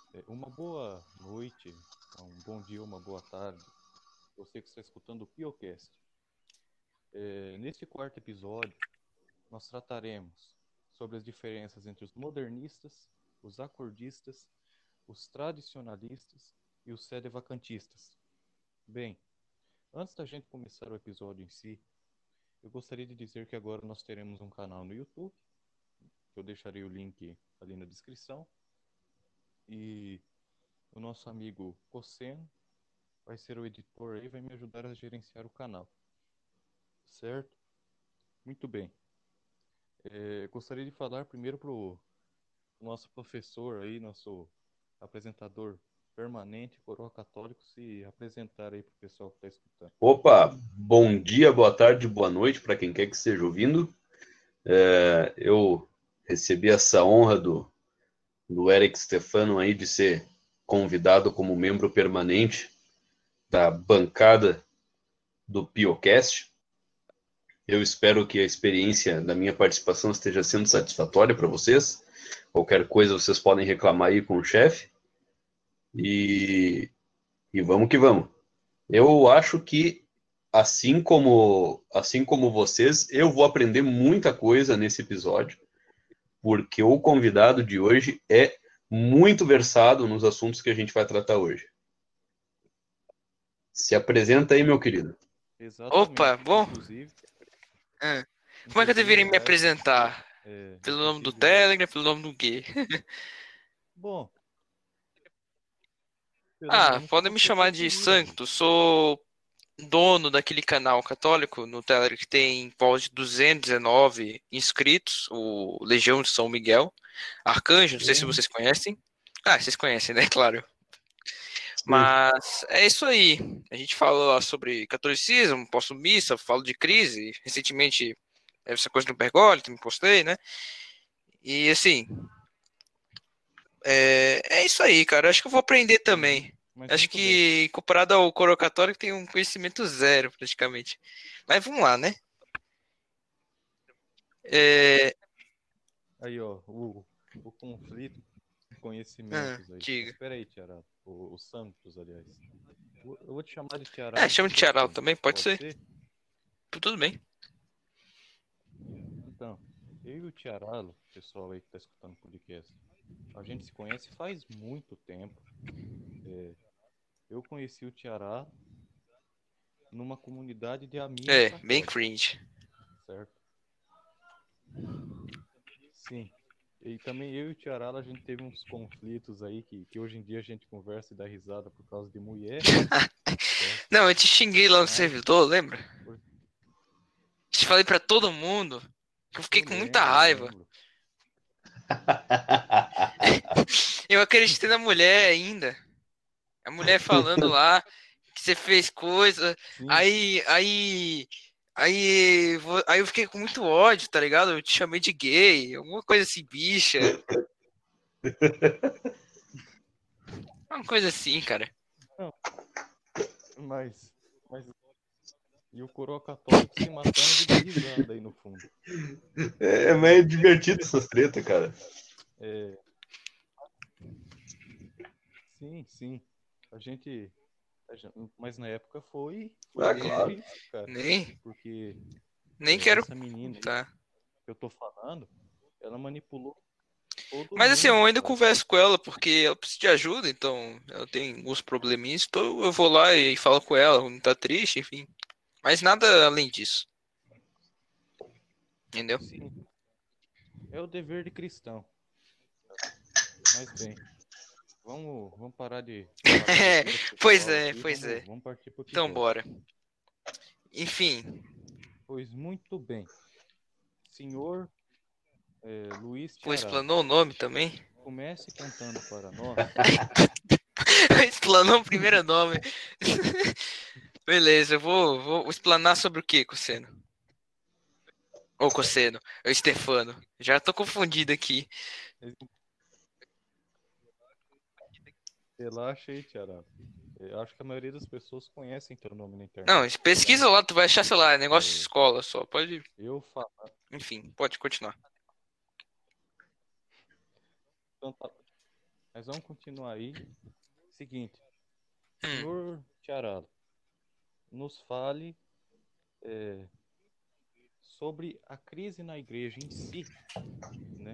Uma boa noite, um bom dia, uma boa tarde. Você que está escutando o Piocast. Neste quarto episódio, nós trataremos sobre as diferenças entre os modernistas, os acordistas, os tradicionalistas e os sedevacantistas. Bem, antes da gente começar o episódio em si, eu gostaria de dizer que agora nós teremos um canal no YouTube, que eu deixarei o link ali na descrição, e o nosso amigo Cosseno vai ser o editor aí, vai me ajudar a gerenciar o canal, certo? Muito bem. Gostaria de falar primeiro para o nosso professor aí, nosso apresentador permanente, Coroa Católico, se apresentar aí para o pessoal que está escutando. Opa, bom dia, boa tarde, boa noite para quem quer que esteja ouvindo. Eu recebi essa honra do Eric Stefano aí de ser convidado como membro permanente da bancada do Piocast. Eu espero que a experiência da minha participação esteja sendo satisfatória para vocês. Qualquer coisa vocês podem reclamar aí com o chefe. E vamos que vamos. Eu acho que assim como vocês, eu vou aprender muita coisa nesse episódio, porque o convidado de hoje é muito versado nos assuntos que a gente vai tratar hoje. Se apresenta aí, meu querido. Exatamente. Opa, bom. Ah, Como é que eu Inclusive deveria me na época, apresentar? eu Pelo nome do preciso. Telegram, pelo nome do quê? Bom, pelo nome que Podem me você chamar de preferir aí. Santo. Sou dono daquele canal católico no Telegram que tem em volta de 219 inscritos, o Legião de São Miguel. Arcanjo, não sei se vocês conhecem. Vocês conhecem, né? Claro. Sim. Mas é isso aí. A gente fala lá sobre catolicismo, posto missa, falo de crise. Recentemente, essa coisa do Bergoglio, que me postei, né? E assim, é isso aí, cara. Acho que eu vou aprender também. Mas Acho muito bem. que comparado ao coro católico tem um conhecimento zero, praticamente. Mas vamos lá, né? É... Aí, ó, o conflito de conhecimentos aí. Mas Diga. espera aí, Tiara. O Santos, aliás. Eu vou te chamar de Tiara Chama por de dois Tiaral também, motivos. pode Pode ser. ser? Tudo bem. Então, eu e o Tiaralo, pessoal aí que tá escutando o podcast, a gente se conhece faz muito tempo. Eu conheci o Tiará numa comunidade de amigos Bem católicos, cringe. certo? Sim. E também eu e o Tiará, a gente teve uns conflitos aí que hoje em dia a gente conversa e dá risada por causa de mulher, certo? Não, eu te xinguei lá no Mas, servidor, lembra? por- Te falei pra todo mundo que eu fiquei eu com muita lembro, eu raiva. lembro. Eu acreditei na mulher ainda. A mulher falando lá que você fez coisa. Sim, Aí eu fiquei com muito ódio, tá ligado? Eu te chamei de gay, alguma coisa assim, bicha. Uma coisa assim, cara. não, mas e o coroa católico se matando de dar risada aí no fundo. É meio divertido essas tretas, cara. É, sim, sim. A gente, mas na época foi Claro. difícil, cara, Nem, porque nem quero. essa menina aí Tá. que eu tô falando, ela manipulou todo Mas assim, eu mundo, ainda sabe? converso com ela porque ela precisa de ajuda, então ela tem alguns probleminhas, então eu vou lá e falo com ela, não tá triste, enfim. Mas nada além disso. Entendeu? Sim, é o dever de cristão. Mas bem, vamos parar de falar besteira Pois pessoal é, aqui, pois é. vamos partir pro Então episódio. bora. Enfim, Pois muito bem. Senhor Luiz pô, Tiará, explanou o nome também. comece contando para nós. Explanou o primeiro nome. Beleza, eu vou explanar sobre o que, Cosseno? Ou Cosseno, é o Stefano. Já tô confundido aqui. Relaxa aí, Tiará. Eu acho que a maioria das pessoas conhecem teu nome na Não, internet. pesquisa lá, tu vai achar, sei lá, é negócio de É, escola só. Pode. eu falo. Enfim, pode continuar. Então, tá. Mas vamos continuar aí. Seguinte, Hum. senhor Tiaralo, nos fale sobre a crise na igreja em si, né?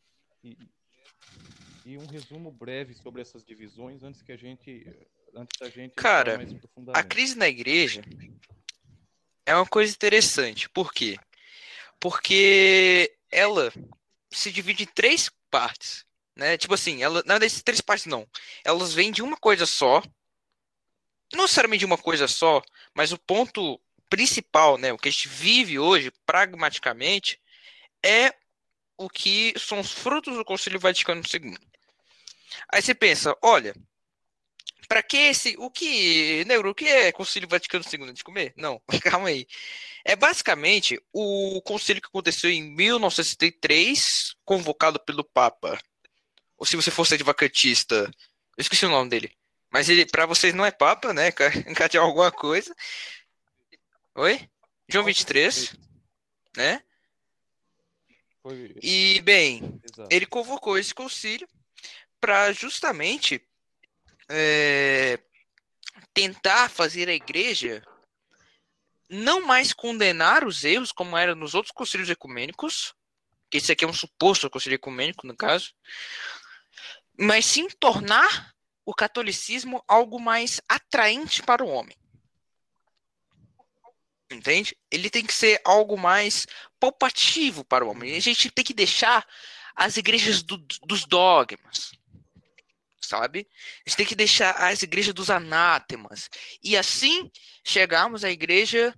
E um resumo breve sobre essas divisões antes da gente entrar Cara, mais a profundamente. crise na igreja é uma coisa interessante. Por quê? Porque ela se divide em três partes, né? Tipo assim, ela não é dessas três partes não. Elas vêm de uma coisa só, não necessariamente de uma coisa só, mas o ponto principal, né, o que a gente vive hoje, pragmaticamente, é o que são os frutos do Concílio Vaticano II. Aí você pensa, olha, para que o que é Concílio Vaticano II de comer? Não, calma aí. É basicamente o concílio que aconteceu em 1963, convocado pelo Papa. Ou se você fosse advocatista, eu esqueci o nome dele. Mas ele, para vocês, não é Papa, né? Cardeal alguma coisa. Oi? João Paulo 23, XXIII. né? Foi E, bem, exato. ele convocou esse concílio para justamente é, tentar fazer a igreja não mais condenar os erros como era nos outros concílios ecumênicos, que esse aqui é um suposto concílio ecumênico, no caso, mas sim tornar o catolicismo algo mais atraente para o homem. Entende? Ele tem que ser algo mais palpativo para o homem. A gente tem que deixar as igrejas dos dogmas, sabe? A gente tem que deixar as igrejas dos anátemas. E assim chegarmos à igreja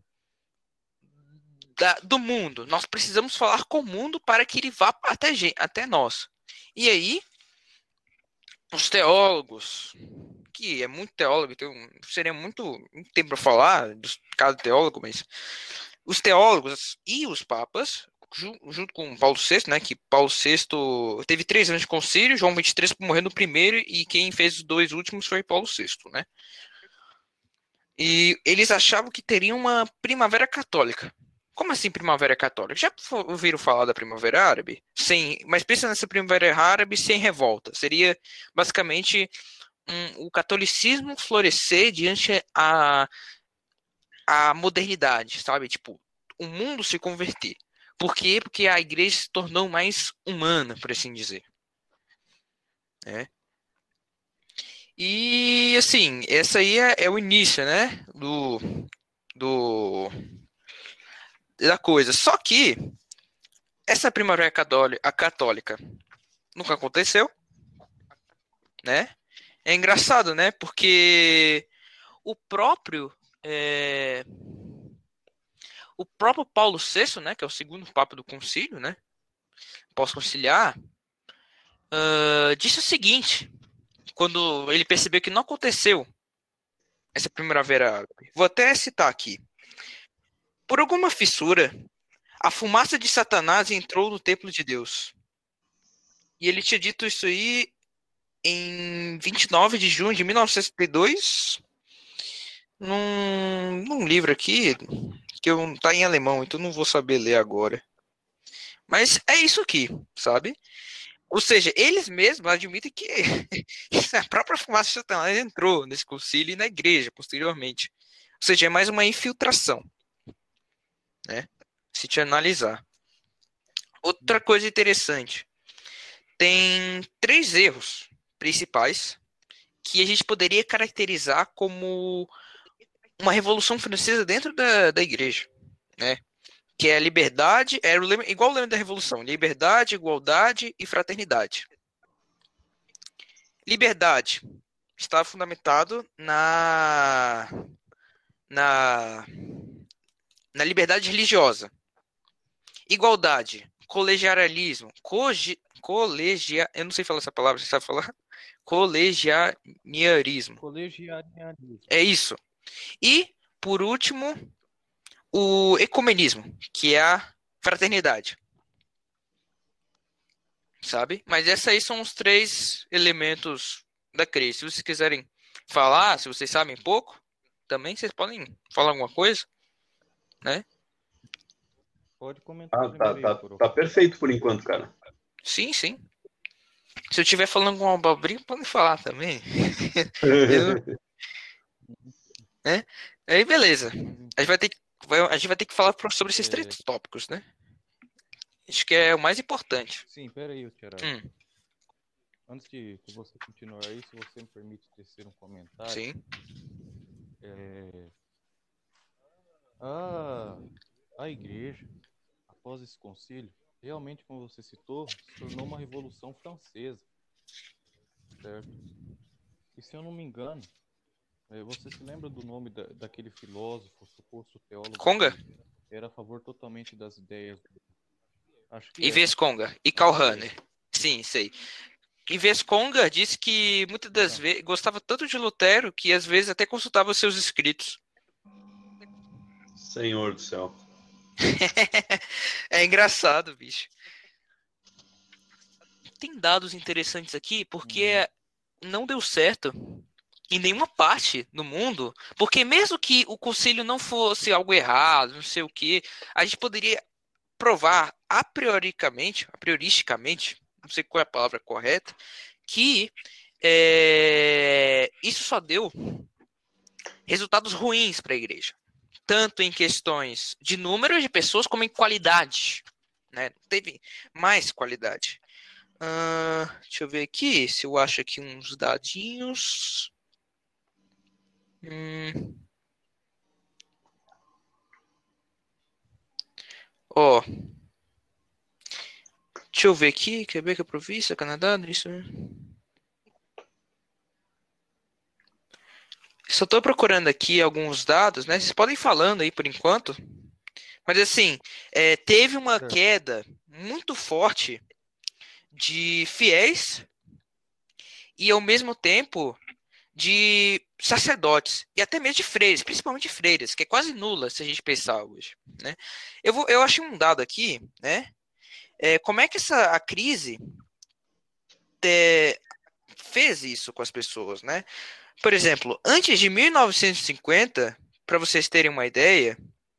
do mundo. Nós precisamos falar com o mundo para que ele vá até nós. E aí, os teólogos, que é muito teólogo, então seria muito tempo para falar dos cada teólogo, mas os teólogos e os papas, junto com Paulo VI, né, que Paulo VI teve 3 anos de concílio, João 23 morreu no primeiro, e quem fez os 2 últimos foi Paulo VI, né? E eles achavam que teria uma primavera católica. Como assim primavera católica? Já ouviram falar da primavera árabe? Sim, mas pensa nessa primavera árabe sem revolta. Seria basicamente o catolicismo florescer diante a modernidade, sabe? Tipo, o mundo se converter. Por quê? Porque a igreja se tornou mais humana, por assim dizer. Né? E, assim, essa aí é o início, né? Do, da coisa. Só que essa primavera católica nunca aconteceu, né? É engraçado, né? Porque o próprio é, o próprio Paulo VI, né, que é o segundo papa do concílio, né, pós-conciliar, disse o seguinte, quando ele percebeu que não aconteceu essa primavera árabe. Vou até citar aqui. Por alguma fissura, a fumaça de Satanás entrou no templo de Deus. E ele tinha dito isso aí em 29 de junho de 1962, num livro aqui, que tá em alemão, então não vou saber ler agora. Mas é isso aqui, sabe? Ou seja, eles mesmos admitem que a própria fumaça de Satanás entrou nesse concílio e na igreja posteriormente. Ou seja, é mais uma infiltração, né? Se te analisar. Outra coisa interessante. Tem 3 erros principais que a gente poderia caracterizar como uma revolução francesa dentro da igreja, né? Que é a liberdade, igual o lema da revolução, liberdade, igualdade e fraternidade. Liberdade está fundamentado na liberdade religiosa. Igualdade, colegialismo, eu não sei falar essa palavra, você sabe falar? Colegianismo. Colegialismo. É isso. E, por último, o ecumenismo, que é a fraternidade. Sabe? Mas esses aí são os 3 elementos da crise. Se vocês quiserem falar, se vocês sabem pouco, também vocês podem falar alguma coisa, né? Pode comentar primeiro aí, Coro. Tá perfeito por enquanto, cara. Sim, sim. Se eu estiver falando com uma abobrinha, pode falar também. Eu, né? Aí, beleza. A gente vai ter que, a gente vai ter que falar sobre esses três tópicos, né? Acho que é o mais importante. Sim, pera aí, Tiago. Hum, Antes de você continuar aí, se você me permite tecer um comentário. sim. A igreja, após esse concílio, realmente, como você citou, se tornou uma revolução francesa, certo? E se eu não me engano, você se lembra do nome daquele filósofo, suposto teólogo, Conga? que era a favor totalmente das ideias? Acho que Ives Conga e Karl Rahner. Sim, sei. Ives Conga disse que muitas das vezes gostava tanto de Lutero que às vezes até consultava os seus escritos. Senhor do céu. É engraçado, bicho. Tem dados interessantes aqui porque não deu certo em nenhuma parte do mundo, porque mesmo que o concílio não fosse algo errado, não sei o que, a gente poderia provar prioristicamente, não sei qual é a palavra correta, que isso só deu resultados ruins para a igreja, tanto em questões de número de pessoas como em qualidade, né? Teve mais qualidade. Deixa eu ver aqui se eu acho aqui uns dadinhos. Ó, deixa eu ver aqui. Quebec, a província, Canadá, isso. Só tô procurando aqui alguns dados, né? Vocês podem ir falando aí por enquanto. Mas assim, teve uma queda muito forte de fiéis e ao mesmo tempo de sacerdotes e até mesmo de freiras, principalmente freiras, que é quase nula se a gente pensar hoje, né? Eu achei um dado aqui, né? Como é que a crise fez isso com as pessoas, né? Por exemplo, antes de 1950, para vocês terem uma ideia,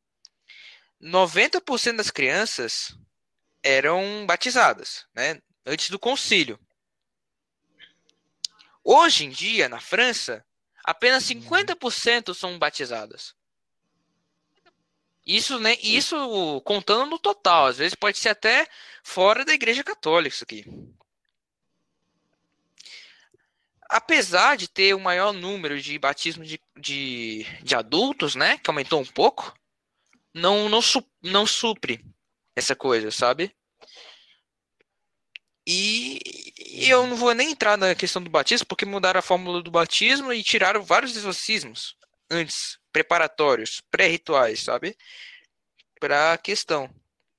90% das crianças eram batizadas, né? Antes do concílio. Hoje em dia, na França, apenas 50% são batizadas. Isso, né? Isso contando no total. Às vezes pode ser até fora da Igreja Católica isso aqui. Apesar de ter o maior número de batismo de adultos, né? Que aumentou um pouco, não supre essa coisa, sabe? E eu não vou nem entrar na questão do batismo, porque mudaram a fórmula do batismo e tiraram vários exorcismos antes, preparatórios, pré-rituais, sabe? Para a questão.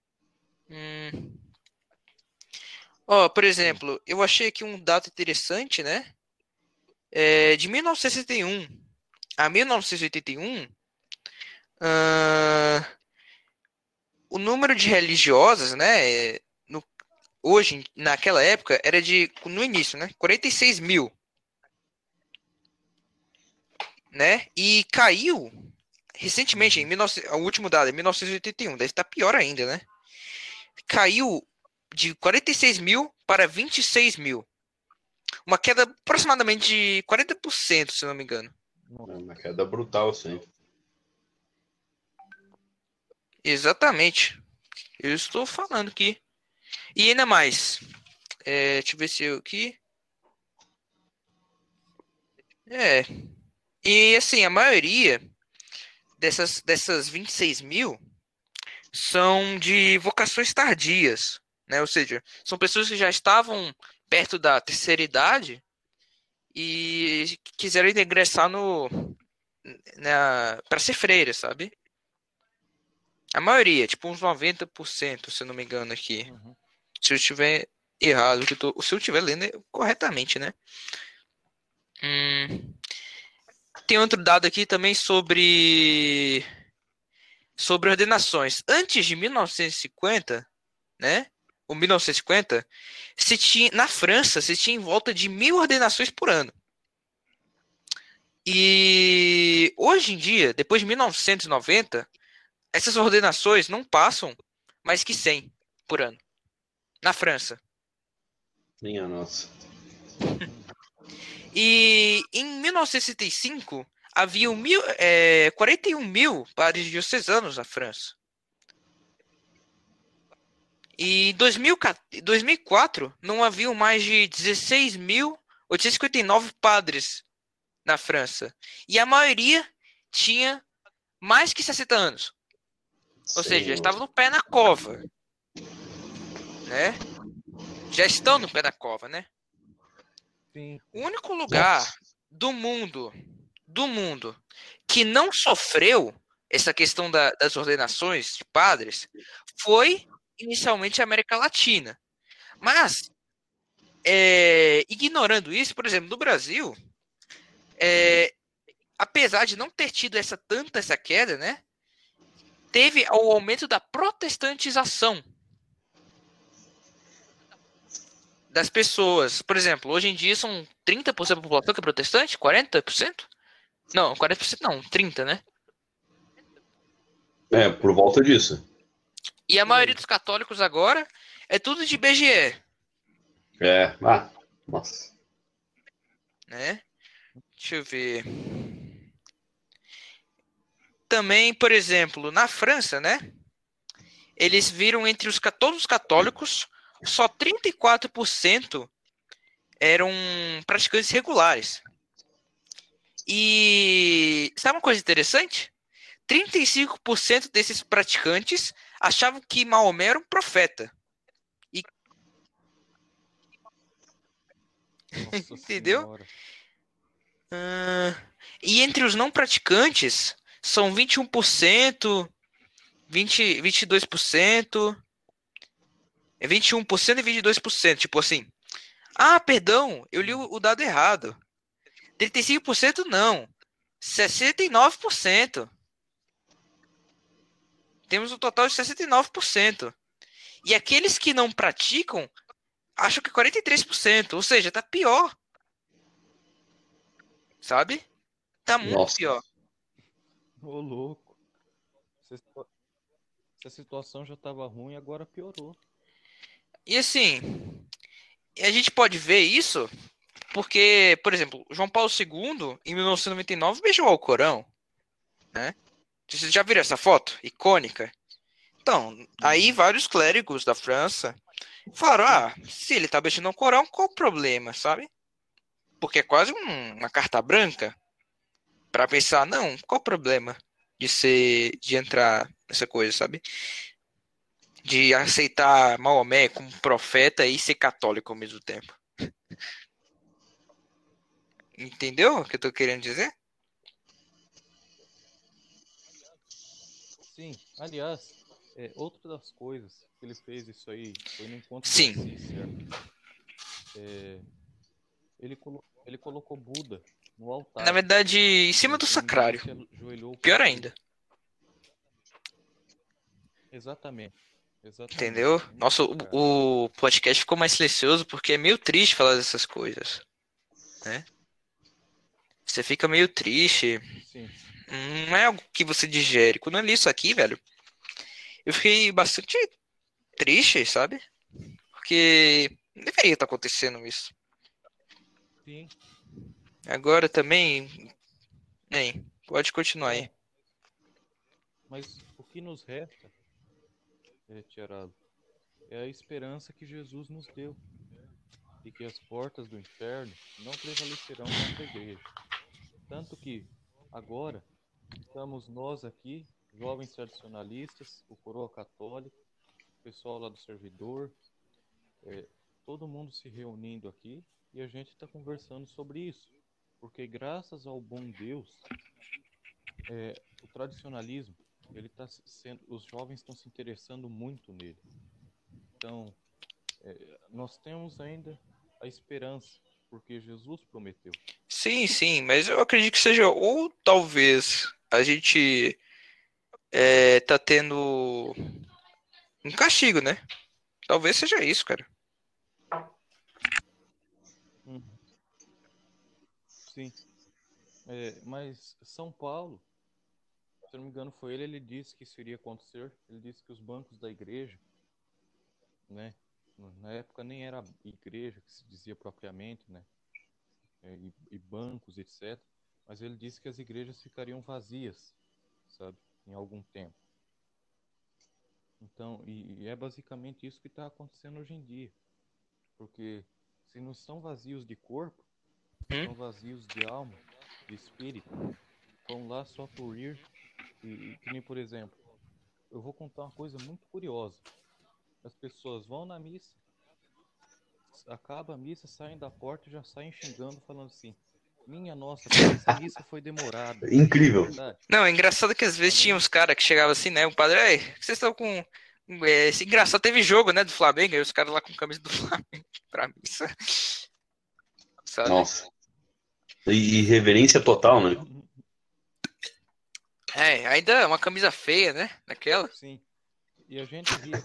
Por exemplo, eu achei aqui um dado interessante, né? De 1961 a 1981, o número de religiosas, né? Hoje, naquela época, era no início, né? 46 mil. Né? E caiu recentemente, o último dado, em 1981, deve estar pior ainda, né? Caiu de 46 mil para 26 mil. Uma queda aproximadamente de 40%, se não me engano. Uma queda brutal, sim. Exatamente. Eu estou falando aqui. E ainda mais. Deixa eu ver se eu aqui. E assim, a maioria dessas 26 mil são de vocações tardias, né? Ou seja, são pessoas que já estavam perto da terceira idade e quiseram ingressar para ser freira, sabe? A maioria, tipo uns 90%, se eu não me engano aqui. Se eu estiver errado, se eu estiver lendo corretamente, né? Tem outro dado aqui também sobre ordenações. Antes de 1950, né? Ou 1950, na França, se tinha em volta de 1.000 ordenações por ano. E hoje em dia, depois de 1990, essas ordenações não passam mais que 100 por ano. Na França. Minha nossa. E em 1965, havia 41 mil padres diocesanos na França. E em 2004, não haviam mais de 16.859 padres na França. E a maioria tinha mais que 60 anos. Ou seja, já Senhor. estavam no pé na cova. Né? Já estão no pé da cova, né? Sim. O único lugar do mundo que não sofreu essa questão das ordenações de padres foi inicialmente a América Latina. Mas, ignorando isso, por exemplo, no Brasil, apesar de não ter tido tanta essa queda, né? Teve o aumento da protestantização das pessoas. Por exemplo, hoje em dia são 30% da população que é protestante? 40%? Não, 40% não, 30%, né? Por volta disso. E a maioria dos católicos agora é tudo de BGE. Nossa. Né? Deixa eu ver. Também, por exemplo, na França, né? Eles viram entre todos os católicos, só 34% eram praticantes regulares. E sabe uma coisa interessante? 35% desses praticantes achavam que Maomé era um profeta. Nossa Entendeu? Senhora. E entre os não praticantes, são 21%, 22%, 21% e 22%. Tipo assim, perdão, eu li o dado errado. 35% não, 69%. Temos um total de 69%. E aqueles que não praticam, acham que 43%. Ou seja, tá pior. Sabe? Tá muito Nossa. pior. Ô, louco. Se a situação já estava ruim, agora piorou. E assim, a gente pode ver isso porque, por exemplo, João Paulo II, em 1999, beijou o Alcorão. Né? Vocês já viram essa foto? Icônica. Então, aí vários clérigos da França falaram, se ele tá beijando o Corão, qual o problema, sabe? Porque é quase uma carta branca para pensar, não, qual o problema de entrar nessa coisa, sabe? De aceitar Maomé como profeta e ser católico ao mesmo tempo. Entendeu o que eu tô querendo dizer? Sim, aliás, outra das coisas que ele fez isso aí foi no encontro de Sim. Assis, certo? Ele colocou Buda no Na altar. verdade, em cima E, do se não me engano, ele sacrário. se ajoelhou Pior para Buda. ainda. Exatamente. Exatamente. Entendeu? Muito Nossa, sacrário. o podcast ficou mais silencioso porque é meio triste falar dessas coisas. Né? Você fica meio triste. Sim. Não é algo que você digere. Quando eu li isso aqui, velho, eu fiquei bastante triste, sabe? Porque não deveria estar acontecendo isso. Sim. Agora também, nem, pode continuar aí. Bom, mas o que nos resta, Tiarado, é a esperança que Jesus nos deu e que as portas do inferno não prevalecerão contra a igreja. Tanto que agora estamos nós aqui, jovens tradicionalistas, o Coroa Católico, o pessoal lá do servidor, todo mundo se reunindo aqui e a gente está conversando sobre isso. Porque graças ao bom Deus, o tradicionalismo, ele tá sendo, os jovens estão se interessando muito nele. Então, nós temos ainda a esperança, porque Jesus prometeu. Sim, sim, mas eu acredito que seja, ou talvez a gente tá tendo um castigo, né? Talvez seja isso, cara. Uhum. Sim. Mas São Paulo, se eu não me engano, foi ele disse que isso iria acontecer. Ele disse que os bancos da igreja, né, Na época nem era igreja que se dizia propriamente, né? E bancos, etc. Mas ele disse que as igrejas ficariam vazias, sabe? Em algum tempo. Então, e é basicamente isso que está acontecendo hoje em dia. Porque se não estão vazios de corpo, estão vazios de alma, de espírito, vão lá só por ir. E que nem, por exemplo, eu vou contar uma coisa muito curiosa. As pessoas vão na missa, acaba a missa, saem da porta e já saem xingando, falando assim: minha nossa, como essa missa foi demorada. Incrível. Verdade. Não, é engraçado que às vezes tinha uns caras que chegavam assim, né? O padre, ei, vocês estão com. Esse engraçado, teve jogo, né, do Flamengo, e os caras lá com camisa do Flamengo pra missa. Sabe? Nossa. E reverência total, né? Ainda é uma camisa feia, né? Daquela. Sim. E a gente ria.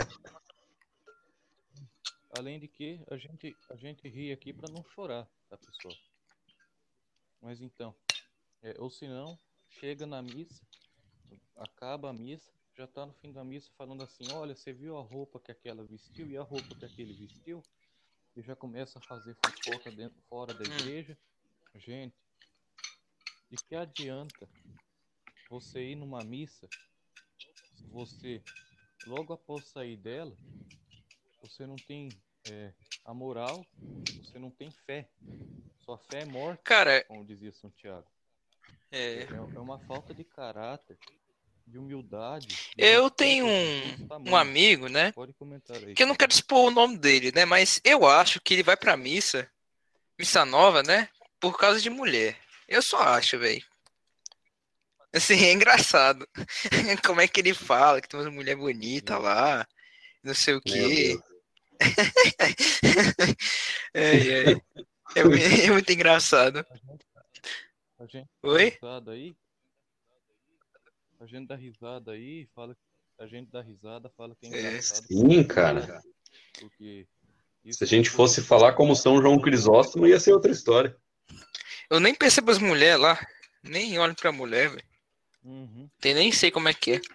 Além de que a gente ri aqui para não chorar, tá, pessoal? Mas então, ou se não, chega na missa, acaba a missa, já tá no fim da missa falando assim: olha, você viu a roupa que aquela vestiu e a roupa que aquele vestiu? E já começa a fazer fofoca fora da igreja. Gente, de que adianta você ir numa missa se você, logo após sair dela, você não tem a moral, você não tem fé. Sua fé é morta, Cara, como dizia São Tiago. é. É uma falta de caráter, de humildade, de Eu respeito tenho a Jesus um tamanho. amigo, né? Pode comentar aí. Que eu não quero expor o nome dele, né? Mas eu acho que ele vai pra missa nova, né? Por causa de mulher. Eu só acho, velho. Assim, é engraçado. Como é que ele fala que tem uma mulher bonita lá, não sei o Meu Deus. quê. É, é muito engraçado. A gente dá Oi? risada aí, a gente dá risada aí, fala, a gente dá risada, fala que é É. engraçado. Sim, cara. Porque Se a isso é uma gente coisa fosse que falar como São João Crisóstomo, ia ser outra história. Eu nem percebo as mulheres lá. Nem olho pra mulher, velho. Uhum. Nem sei como é que é.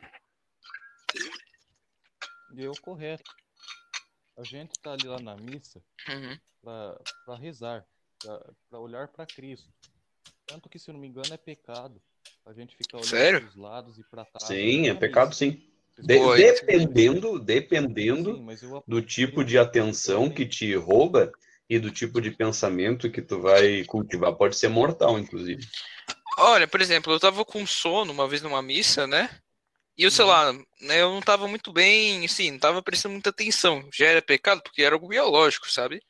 E é o correto. A gente tá ali lá na missa Uhum. para rezar, para olhar para Cristo. Tanto que, se eu não me engano, é pecado a gente ficar olhando Sério? para os lados e para trás Sim, é na pecado, missa. sim. Vocês podem Oi. perceber. Dependendo Sim, mas eu do tipo de acredito que atenção que podem. te rouba e do tipo de pensamento que tu vai cultivar. Pode ser mortal, inclusive. Olha, por exemplo, eu tava com sono uma vez numa missa, né? E eu sei Uhum. lá, né, eu não tava muito bem, assim, não tava prestando muita atenção. Já era pecado porque era algo biológico, sabe?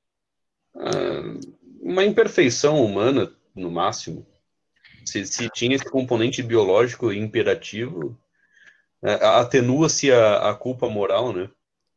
Uma imperfeição humana, no máximo. Se tinha esse componente biológico imperativo, atenua-se a culpa moral, né?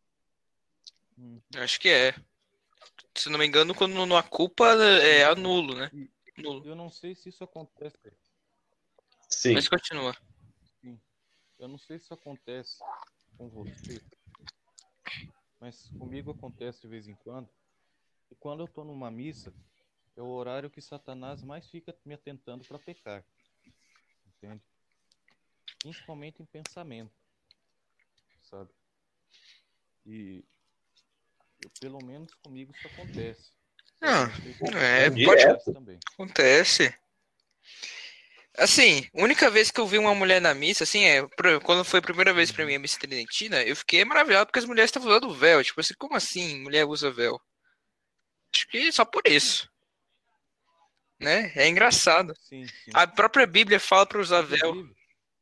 Acho que é. Se não me engano, quando não há culpa, é anulo, né? E Nulo. eu não sei se isso acontece. Sim. Mas continua. Sim, eu não sei se isso acontece com você, mas comigo acontece de vez em quando. E quando eu estou numa missa, é o horário que Satanás mais fica me atentando para pecar, entende? Principalmente em pensamento, sabe? E pelo menos comigo isso acontece, sabe? Ah, Não sei se com você pode acontece também. acontece. Assim, a única vez que eu vi uma mulher na missa, assim, quando foi a primeira vez pra mim a missa tridentina, eu fiquei maravilhado porque as mulheres estavam usando véu. Tipo assim, como assim mulher usa véu? Acho que só por isso, né? É engraçado. Sim, sim. A própria Bíblia fala pra usar véu. Inclusive,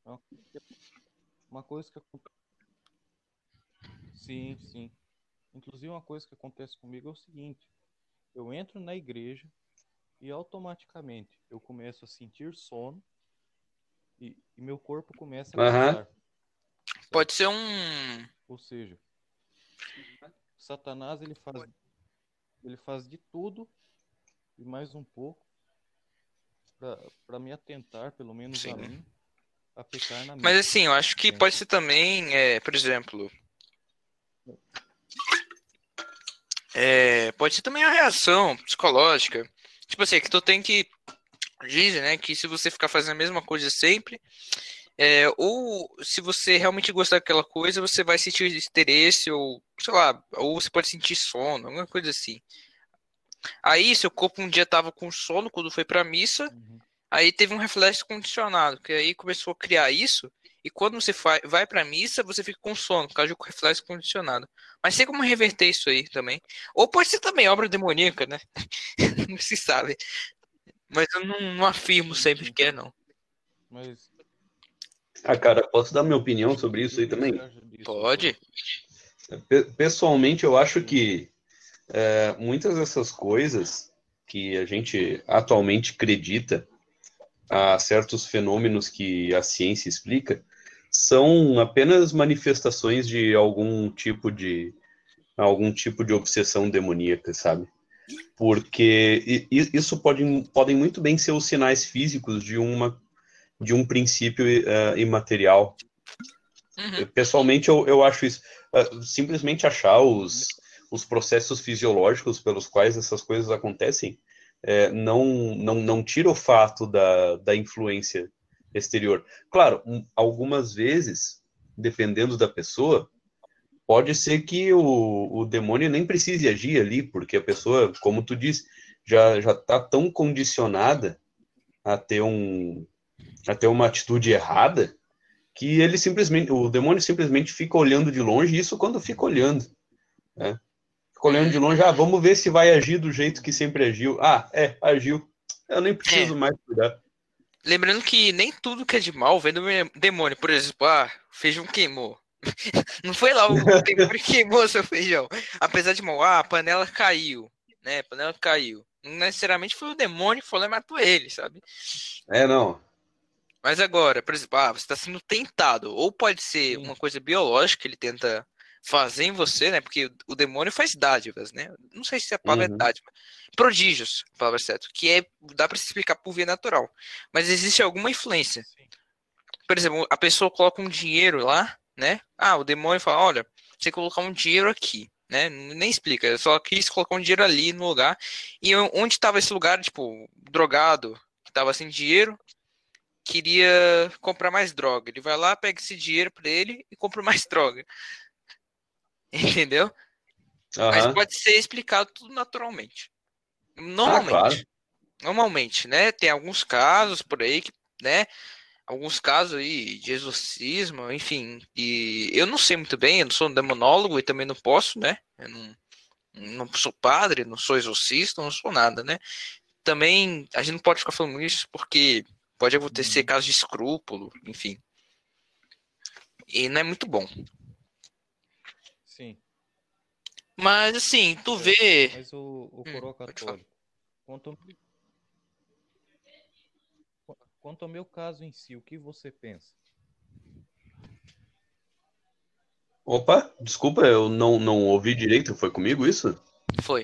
uma coisa que acontece. Sim, sim. Inclusive, uma coisa que acontece comigo é o seguinte: eu entro na igreja e automaticamente eu começo a sentir sono e meu corpo começa a Aham. cansar, sabe? Pode ser um. Ou seja, Satanás ele faz de tudo e mais um pouco para me atentar, pelo menos a Sim. mim, a pecar na Mas missa. assim, eu acho que Entende? pode ser também, por exemplo, pode ser também a reação psicológica. Tipo assim, que tu tem que. Dizem, né, que se você ficar fazendo a mesma coisa sempre, Ou se você realmente gostar daquela coisa, você vai sentir interesse, ou sei lá, ou você pode sentir sono, alguma coisa assim. Aí, seu corpo um dia tava com sono quando foi pra missa, Uhum. aí teve um reflexo condicionado, que aí começou a criar isso, e quando você vai pra missa, você fica com sono, por causa do reflexo condicionado. Mas tem como reverter isso aí também. Ou pode ser também obra demoníaca, né? Não se sabe. Mas eu não afirmo Sim, sempre sim. que é, não. Mas Cara, posso dar minha opinião sobre e isso o aí que você também? acha disso, Heitor? Pode? Pessoalmente, eu acho Sim. que muitas dessas coisas que a gente atualmente acredita a certos fenômenos que a ciência explica são apenas manifestações de algum tipo de obsessão demoníaca, sabe? Porque isso podem muito bem ser os sinais físicos de um princípio imaterial. Uhum. Pessoalmente, eu acho isso. Simplesmente achar os processos fisiológicos pelos quais essas coisas acontecem não tira o fato da influência exterior. Claro, algumas vezes, dependendo da pessoa, pode ser que o demônio nem precise agir ali, porque a pessoa, como tu disse, já está tão condicionada a a ter uma atitude errada que o demônio simplesmente fica olhando de longe, e isso quando fica olhando, né? Fica olhando de Uhum. longe, vamos ver se vai agir do jeito que Uhum. sempre agiu. Agiu. Eu nem É. preciso mais cuidar. Lembrando que nem tudo que é de mal vem do demônio. Por exemplo, feijão queimou. Não foi lá o demônio que queimou seu feijão. Apesar de mal, a panela caiu. Né? A panela caiu. Não necessariamente foi o demônio que foi lá e matou ele, sabe? Não. Mas agora, por exemplo, você está sendo tentado. Ou pode ser Sim. uma coisa biológica que ele tenta fazer em você, né? Porque o demônio faz dádivas, né? Não sei se a palavra é Uhum. dádiva. Prodígios, a palavra certa. Dá para se explicar por via natural. Mas existe alguma influência. Sim. Por exemplo, a pessoa coloca um dinheiro lá, né? O demônio fala, olha, você colocar um dinheiro aqui, né? Nem explica, eu só quis colocar um dinheiro ali no lugar. E onde estava esse lugar, tipo, drogado, que tava sem dinheiro, queria comprar mais droga. Ele vai lá, pega esse dinheiro pra ele e compra mais droga. Entendeu? Mas Aham. pode ser explicado tudo naturalmente. Claro. Normalmente, né? Tem alguns casos por aí que, né? Alguns casos aí de exorcismo, enfim. E eu não sei muito bem, eu não sou um demonólogo e também não posso, né? Eu não sou padre, não sou exorcista, não sou nada, né? Também a gente não pode ficar falando isso porque pode acontecer Uhum. casos de escrúpulo, enfim. E não é muito bom. Sim. Mas assim, tu vê. Mas o coroa Pode falar. católico, quanto, quanto ao meu caso em si, o que você pensa? Opa, desculpa, eu não ouvi direito. Foi comigo isso? Foi.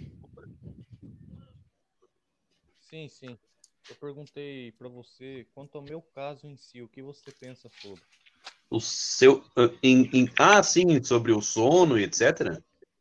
Sim, sim. Eu perguntei para você, quanto ao meu caso em si, o que você pensa sobre? O seu. Sim, sobre o sono e etc.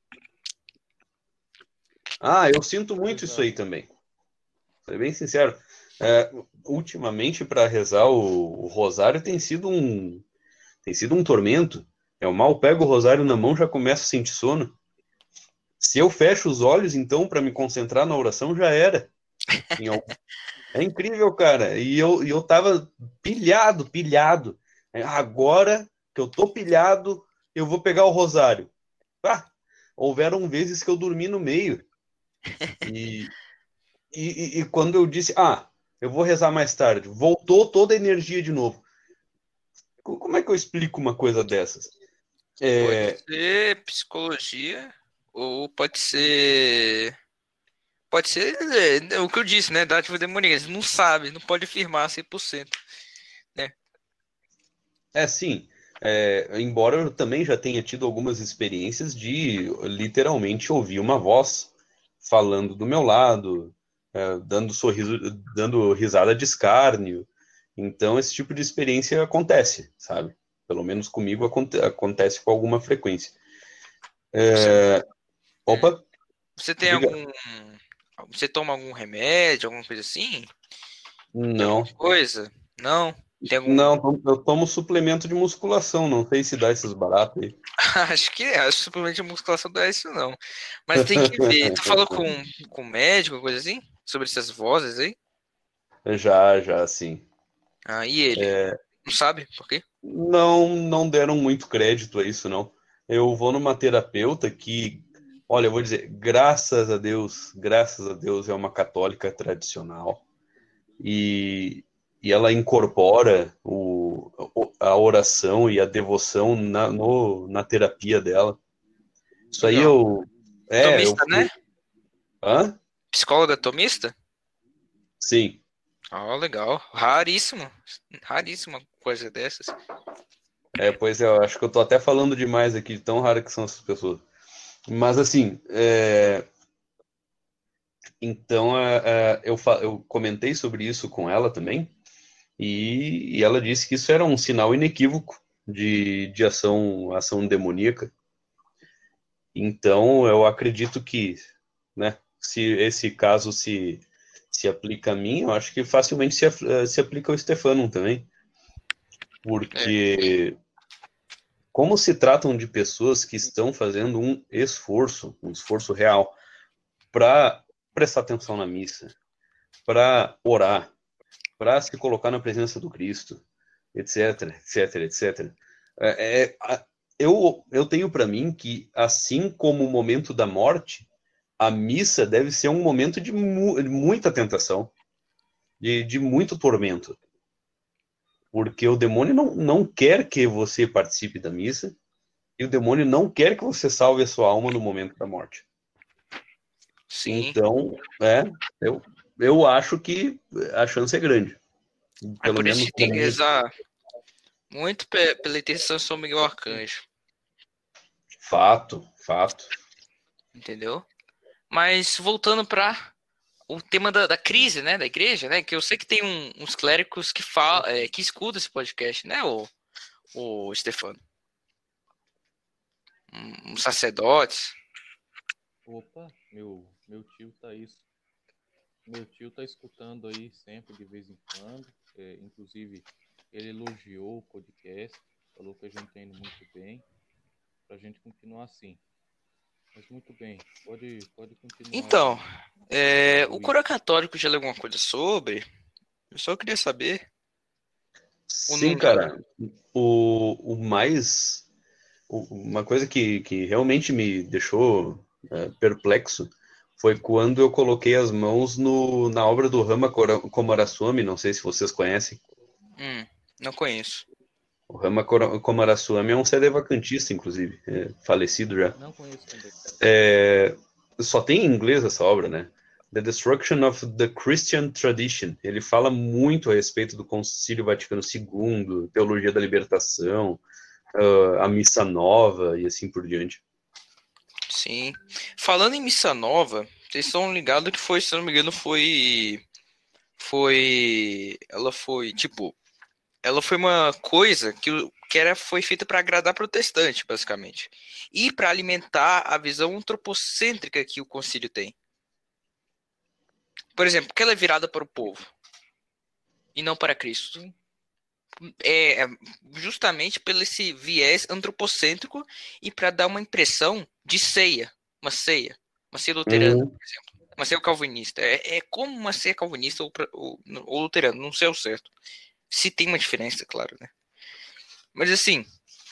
Eu sinto muito isso Exato. aí também. Ser bem sincero. Ultimamente, para rezar o rosário tem sido um tormento. Eu mal pego o rosário na mão, já começo a sentir sono. Se eu fecho os olhos, então, para me concentrar na oração, já era. Em algum- É incrível, cara. E eu tava pilhado. Agora que eu tô pilhado, eu vou pegar o rosário. Ah, houveram vezes que eu dormi no meio. E, e quando eu disse, eu vou rezar mais tarde, voltou toda a energia de novo. Como é que eu explico uma coisa dessas? Pode É, ser psicologia, ou pode ser. Pode ser o que eu disse, né? Dádiva demoníaca. Eles não sabe, não pode afirmar 100%, né? sim. Embora eu também já tenha tido algumas experiências de literalmente ouvir uma voz falando do meu lado, dando sorriso, dando risada de escárnio. Então, esse tipo de experiência acontece, sabe? Pelo menos comigo acontece com alguma frequência. Você, hum, Opa, você tem diga. algum. Você toma algum remédio, alguma coisa assim? De alguma Não, coisa? Não? Tem algum... Não, eu tomo suplemento de musculação, não sei se dá esses baratos aí. Acho que suplemento de musculação não é isso, não. Mas tem que ver. Tu falou com médico, coisa assim? Sobre essas vozes aí? Já, sim. Ah, e ele? Não sabe por quê? Não deram muito crédito a isso, não. Eu vou numa terapeuta que, olha, eu vou dizer, graças a Deus é uma católica tradicional e ela incorpora a oração e a devoção na terapia dela. Isso aí Legal. eu Tomista, né? fui. Hã? Psicóloga tomista? Sim. Ah, legal. Raríssimo. Raríssima coisa dessas. Pois é, eu acho que eu tô até falando demais aqui, de tão raro que são essas pessoas. Mas assim, então eu comentei sobre isso com ela também, e ela disse que isso era um sinal inequívoco de ação demoníaca. Então eu acredito que, né, se esse caso se aplica a mim, eu acho que facilmente se aplica ao Stefanum também. É, Porque como se tratam de pessoas que estão fazendo um esforço real para prestar atenção na missa, para orar, para se colocar na presença do Cristo, etc, etc, etc. Eu tenho para mim que, assim como o momento da morte, a missa deve ser um momento de muita tentação, de muito tormento, porque o demônio não quer que você participe da missa, e o demônio não quer que você salve a sua alma no momento da morte. sim. Então, eu acho que a chance é grande. É Pelo por isso menos que para tem que mim. rezar muito pela intercessão de São Miguel Arcanjo. Fato. Entendeu? Mas voltando para o tema da crise, né? Da igreja, né? Que eu sei que tem uns clérigos que falam, que escutam esse podcast, né? O Stefano. Uns sacerdotes. Opa, meu tio tá isso. Meu tio tá escutando aí sempre, de vez em quando. Inclusive, ele elogiou o podcast, falou que a gente tá indo muito bem, pra gente continuar assim. Mas muito bem, pode continuar Então, aí, o Luiz. coro católico já leu alguma coisa sobre? Eu só queria saber. Ou Sim, não já cara. O mais. Uma coisa que realmente me deixou perplexo foi quando eu coloquei as mãos na obra do Rama Komaraswamy, não sei se vocês conhecem. não conheço. O Rama Komaraswamy é um sedevacantista, inclusive, falecido já. Não conheço também. Só tem em inglês essa obra, né? The Destruction of the Christian Tradition. Ele fala muito a respeito do Concílio Vaticano II, teologia da libertação, a missa nova e assim por diante. Sim. Falando em missa nova, vocês estão ligados que foi, se não me engano, ela foi uma coisa foi feita para agradar protestante, basicamente, e para alimentar a visão antropocêntrica que o concílio tem. Por exemplo, que ela é virada para o povo e não para Cristo. Sim, É justamente pelo esse viés antropocêntrico e para dar uma impressão de uma ceia luterana, Uhum. por exemplo, uma ceia calvinista. É como uma ceia calvinista ou luterana, não sei o certo. Se tem uma diferença, claro, né? Mas assim,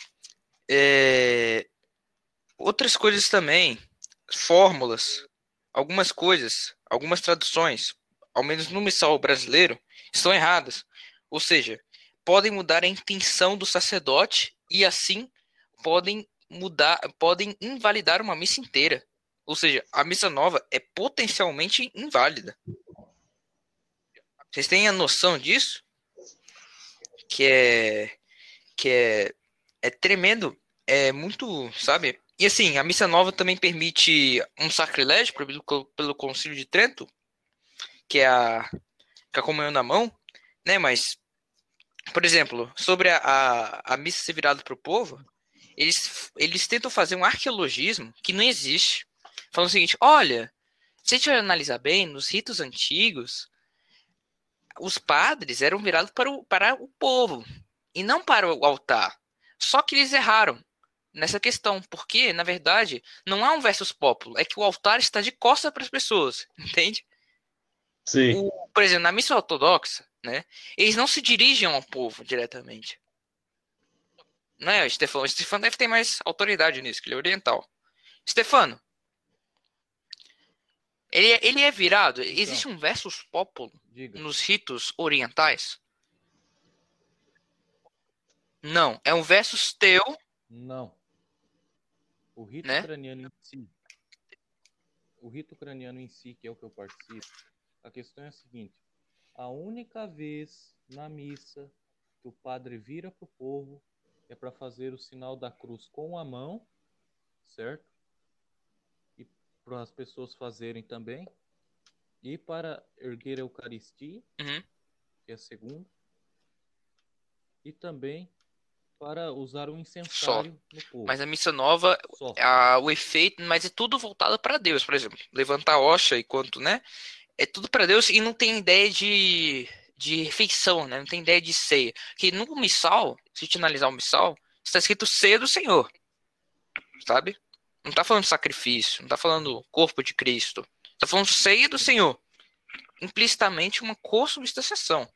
outras coisas também, fórmulas, algumas coisas, algumas traduções, ao menos no missal brasileiro, estão erradas. Ou seja, podem mudar a intenção do sacerdote e assim podem invalidar uma missa inteira. Ou seja, a missa nova é potencialmente inválida. Vocês têm a noção disso? Que é tremendo, é muito, sabe? E assim, a missa nova também permite um sacrilégio proibido pelo Concílio de Trento, que é a comunhão na mão, né? Mas, por exemplo, sobre a missa ser virada para o povo, eles tentam fazer um arqueologismo que não existe. Falando o seguinte, olha, se a gente analisar bem, nos ritos antigos, os padres eram virados para o povo e não para o altar. Só que eles erraram nessa questão, porque, na verdade, não há um versus populo, é que o altar está de costas para as pessoas, entende? Sim. Por exemplo, na missa ortodoxa, né, eles não se dirigem ao povo diretamente. Não é, Stefano? O Stefano deve ter mais autoridade nisso, que ele é oriental. Stefano, ele é virado. Então, existe um versus populo diga. nos ritos orientais? Não, é um versus teu, Não. O rito né? ucraniano em si, que é o que eu participo, a questão é a seguinte: a única vez na missa que o padre vira para o povo é para fazer o sinal da cruz com a mão, certo? E para as pessoas fazerem também, e para erguer a Eucaristia, Uhum. que é a segunda, e também para usar o Só. incensário no povo. Mas a missa nova, Só. o efeito, mas é tudo voltado para Deus, por exemplo. Levantar a hoxa enquanto, né? É tudo para Deus e não tem ideia de refeição, né? Não tem ideia de ceia. Que no missal, se te analisar o missal, está escrito ceia do Senhor, sabe? Não tá falando sacrifício, não tá falando corpo de Cristo. Tá falando ceia do Senhor. Implicitamente uma consubstanciação,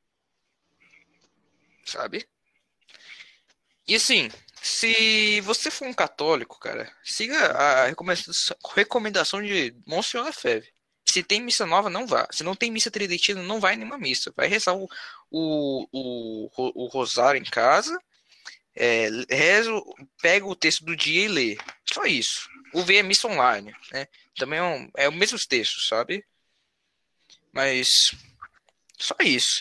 sabe? E assim, se você for um católico, cara, siga a recomendação de Monsenhor Lefebvre. Se tem missa nova, não vá. Se não tem missa tridentina, não vai em nenhuma missa. Vai rezar o rosário em casa, reza, pega o texto do dia e lê. Só isso. Ou vê a missa online, né? Também é o mesmo texto, sabe? Mas só isso.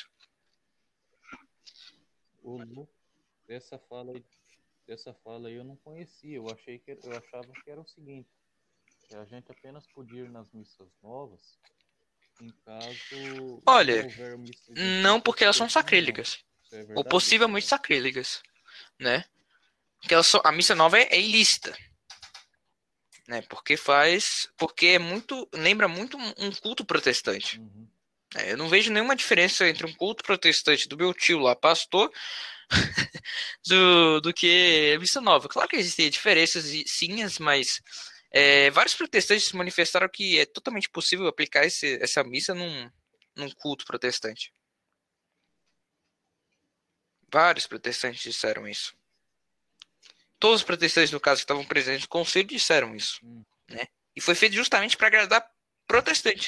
O Lu, dessa fala aí eu não conhecia. Eu achava que era o seguinte: que a gente apenas podia ir nas missas novas em caso Olha, não houver missa não porque elas são tridentina, não. sacrílegas. Isso é Ou verdade? possivelmente sacrílegas, né? Porque a missa nova é ilícita, né? Porque lembra muito um culto protestante. Uhum. Eu não vejo nenhuma diferença entre um culto protestante do meu tio lá, pastor, do que a missa nova. Claro que existem diferenças sim, mas vários protestantes se manifestaram que é totalmente possível aplicar essa missa num culto protestante. Vários protestantes disseram isso. Todos os protestantes, no caso, que estavam presentes no conselho, disseram isso. Né? E foi feito justamente para agradar protestante.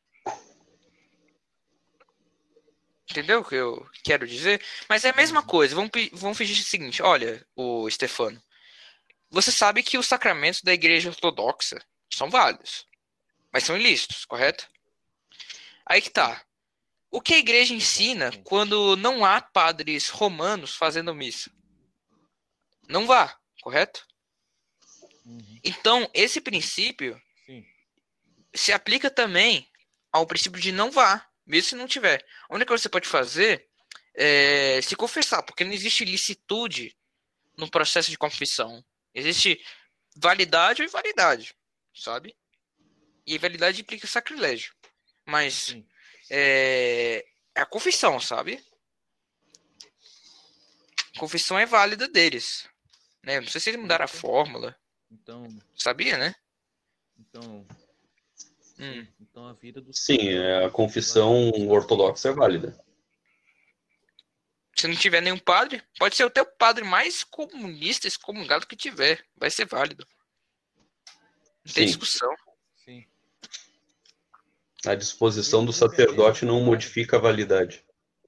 Entendeu o que eu quero dizer? Mas é a mesma coisa. Vamos fingir o seguinte: olha, o Stefano, você sabe que os sacramentos da igreja ortodoxa são válidos, mas são ilícitos, correto? Aí que tá. O que a igreja ensina quando não há padres romanos fazendo missa? Não vá, correto? Então, esse princípio se aplica também ao princípio de não vá, mesmo se não tiver. A única coisa que você pode fazer é se confessar, porque não existe licitude no processo de confissão. Existe validade ou invalidade, sabe? E validade implica sacrilégio. Mas é a confissão, sabe? A confissão é válida deles. Né? Não sei se eles mudaram a fórmula. Então, sabia, né? Então a vida do Sim, a confissão ortodoxa é válida. Se não tiver nenhum padre, pode ser até o padre mais comunista, excomungado que tiver. Vai ser válido. Não tem discussão. Sim. A disposição do sacerdote não modifica a validade.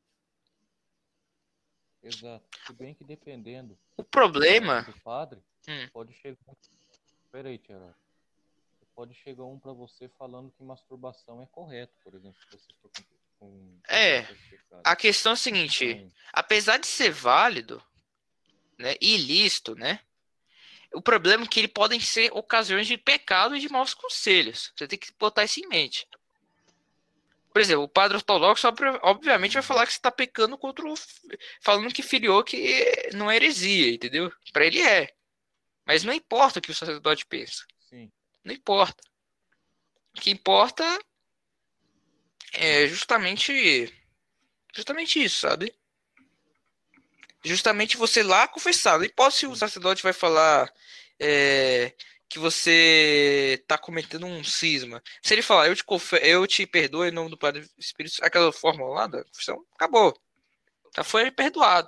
Exato. Se bem que dependendo o problema do padre, pode chegar. Peraí, Tiago. Pode chegar um para você falando que masturbação é correto, por exemplo, se você for com a questão é a seguinte, então, apesar de ser válido, né, e ilícito, né, o problema é que ele podem ser ocasiões de pecado e de maus conselhos. Você tem que botar isso em mente. Por exemplo, o padre ortodoxo obviamente vai falar que você está pecando falando que filiou que não é heresia, entendeu? Para ele é. Mas não importa o que o sacerdote pensa. Sim. Não importa. O que importa é justamente Justamente isso, sabe? Justamente você lá confessar. Não importa se o sacerdote vai falar que você tá cometendo um cisma. Se ele falar, eu te perdoo em nome do Pai e do Espírito Santo, aquela fórmula lá da confissão, acabou. Já foi perdoado.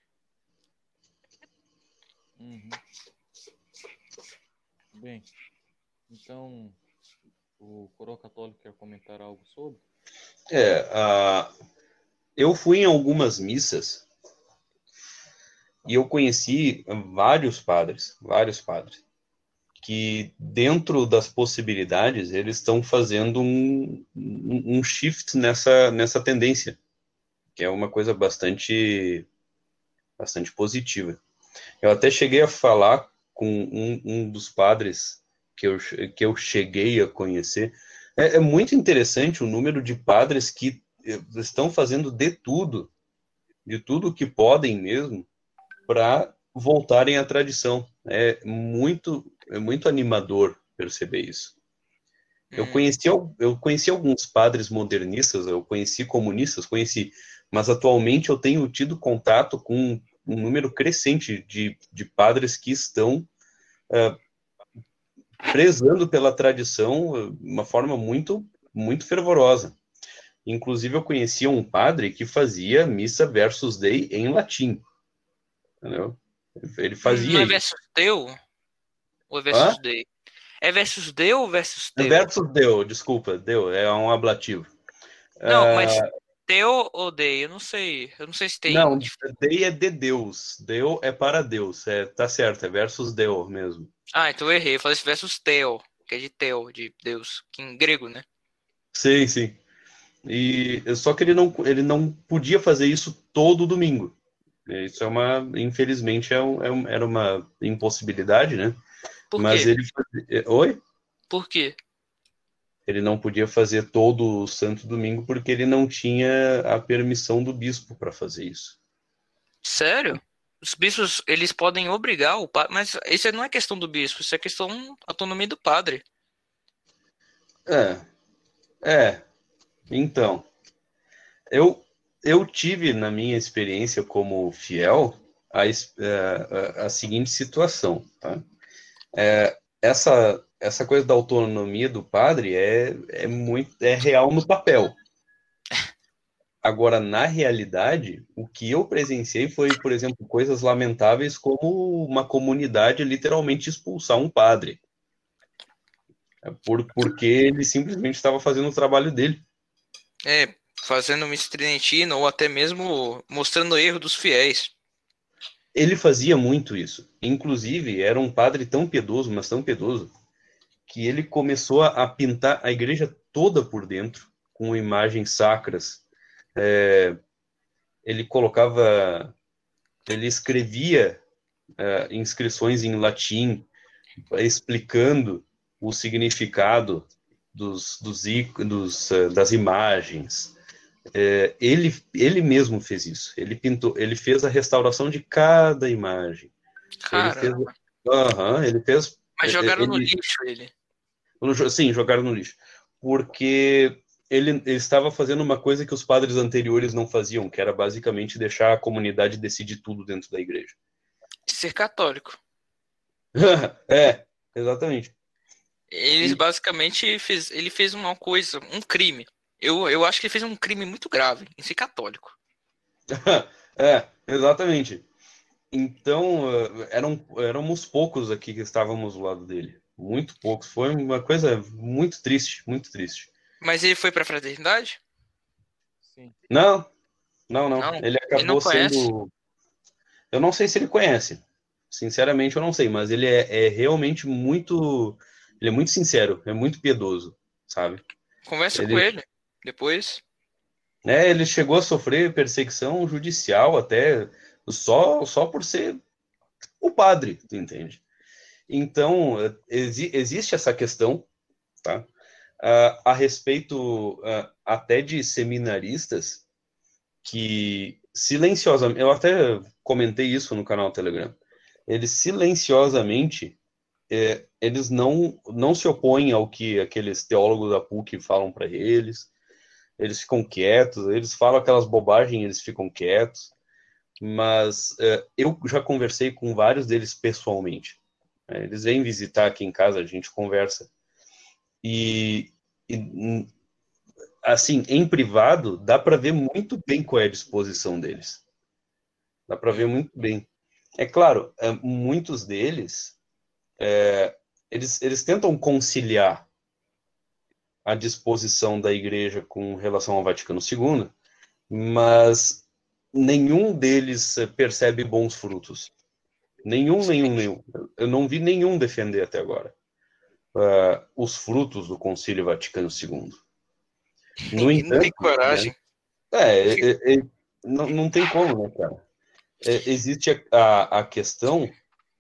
Uhum. Bem, então o coroa católico quer comentar algo sobre? Eu fui em algumas missas e eu conheci vários padres, que dentro das possibilidades eles estão fazendo um shift nessa tendência, que é uma coisa bastante positiva. Eu até cheguei a falar com um dos padres que eu cheguei a conhecer. É muito interessante o número de padres que estão fazendo de tudo que podem mesmo, para voltarem à tradição. É muito animador perceber isso. Eu conheci alguns padres modernistas, eu conheci comunistas, mas atualmente eu tenho tido contato com um número crescente de padres que estão prezando pela tradição de uma forma muito fervorosa. Inclusive, eu conhecia um padre que fazia missa versus Dei em latim. Entendeu? Ele Não fazia é isso. versus Deu? Ou é Hã? versus Dei? É versus Deu ou versus Teu? Versus Deu, desculpa, Deu, é um ablativo. Não, mas Teu ou Dei? Eu não sei. Eu não sei se tem. Não, Dei é de Deus, Deu é para Deus, tá certo, é versus Deu mesmo. Ah, então eu errei. Eu falei versus Teu, que é de Teu, de Deus, que em grego, né? Sim, sim. E só que ele não podia fazer isso todo domingo. Isso infelizmente, era uma impossibilidade, né? Por Mas quê? ele fazia... Oi? Por quê? Ele não podia fazer todo o Santo Domingo porque ele não tinha a permissão do bispo para fazer isso. Sério? Os bispos, eles podem obrigar o padre, mas isso não é questão do bispo, isso é questão da autonomia do padre. É, então, eu, eu tive na minha experiência como fiel a seguinte situação, tá? Essa coisa da autonomia do padre é real no papel. Agora, na realidade, o que eu presenciei foi, por exemplo, coisas lamentáveis como uma comunidade literalmente expulsar um padre, porque ele simplesmente estava fazendo o trabalho dele. É, fazendo uma estridentina ou até mesmo mostrando o erro dos fiéis. Ele fazia muito isso. Inclusive, era um padre tão piedoso, mas tão piedoso, que ele começou a pintar a igreja toda por dentro, com imagens sacras. Ele colocava, ele escrevia inscrições em latim, explicando o significado das imagens. Ele mesmo fez isso. Ele pintou, ele fez a restauração de cada imagem. Ele fez, Caramba. ele fez, Mas jogaram no lixo ele. sim, jogaram no lixo, porque ele estava fazendo uma coisa que os padres anteriores não faziam, que era basicamente deixar a comunidade decidir tudo dentro da igreja. Ser católico. Exatamente. Ele basicamente ele fez uma coisa, um crime. Eu acho que ele fez um crime muito grave em ser católico. Exatamente. Então, éramos poucos aqui que estávamos do lado dele. Muito poucos. Foi uma coisa muito triste, muito triste. Mas ele foi pra fraternidade? Sim. Não. Não, Ele ele não acabou conhece. sendo... Eu não sei se ele conhece. Sinceramente, eu não sei. Mas ele é realmente muito... Ele é muito sincero, é muito piedoso, sabe? Conversa com Ele, ele depois. ele chegou a sofrer perseguição judicial até só por ser o padre, tu entende? Então, existe essa questão, tá? A respeito até de seminaristas que silenciosamente, eu até comentei isso no canal Telegram, eles silenciosamente, eles não se opõem ao que aqueles teólogos da PUC falam para eles, eles ficam quietos, eles falam aquelas bobagens, eles ficam quietos, mas eu já conversei com vários deles pessoalmente. Eles vêm visitar aqui em casa, a gente conversa. E assim, em privado, dá para ver muito bem qual é a disposição deles. Dá para ver muito bem. É claro, muitos deles, eles tentam conciliar a disposição da igreja com relação ao Vaticano II, mas nenhum deles percebe bons frutos. Nenhum. Eu não vi nenhum defender até agora os frutos do Concílio Vaticano II. No Ninguém não tem entanto, coragem. né, não tem como, né, cara? Existe a questão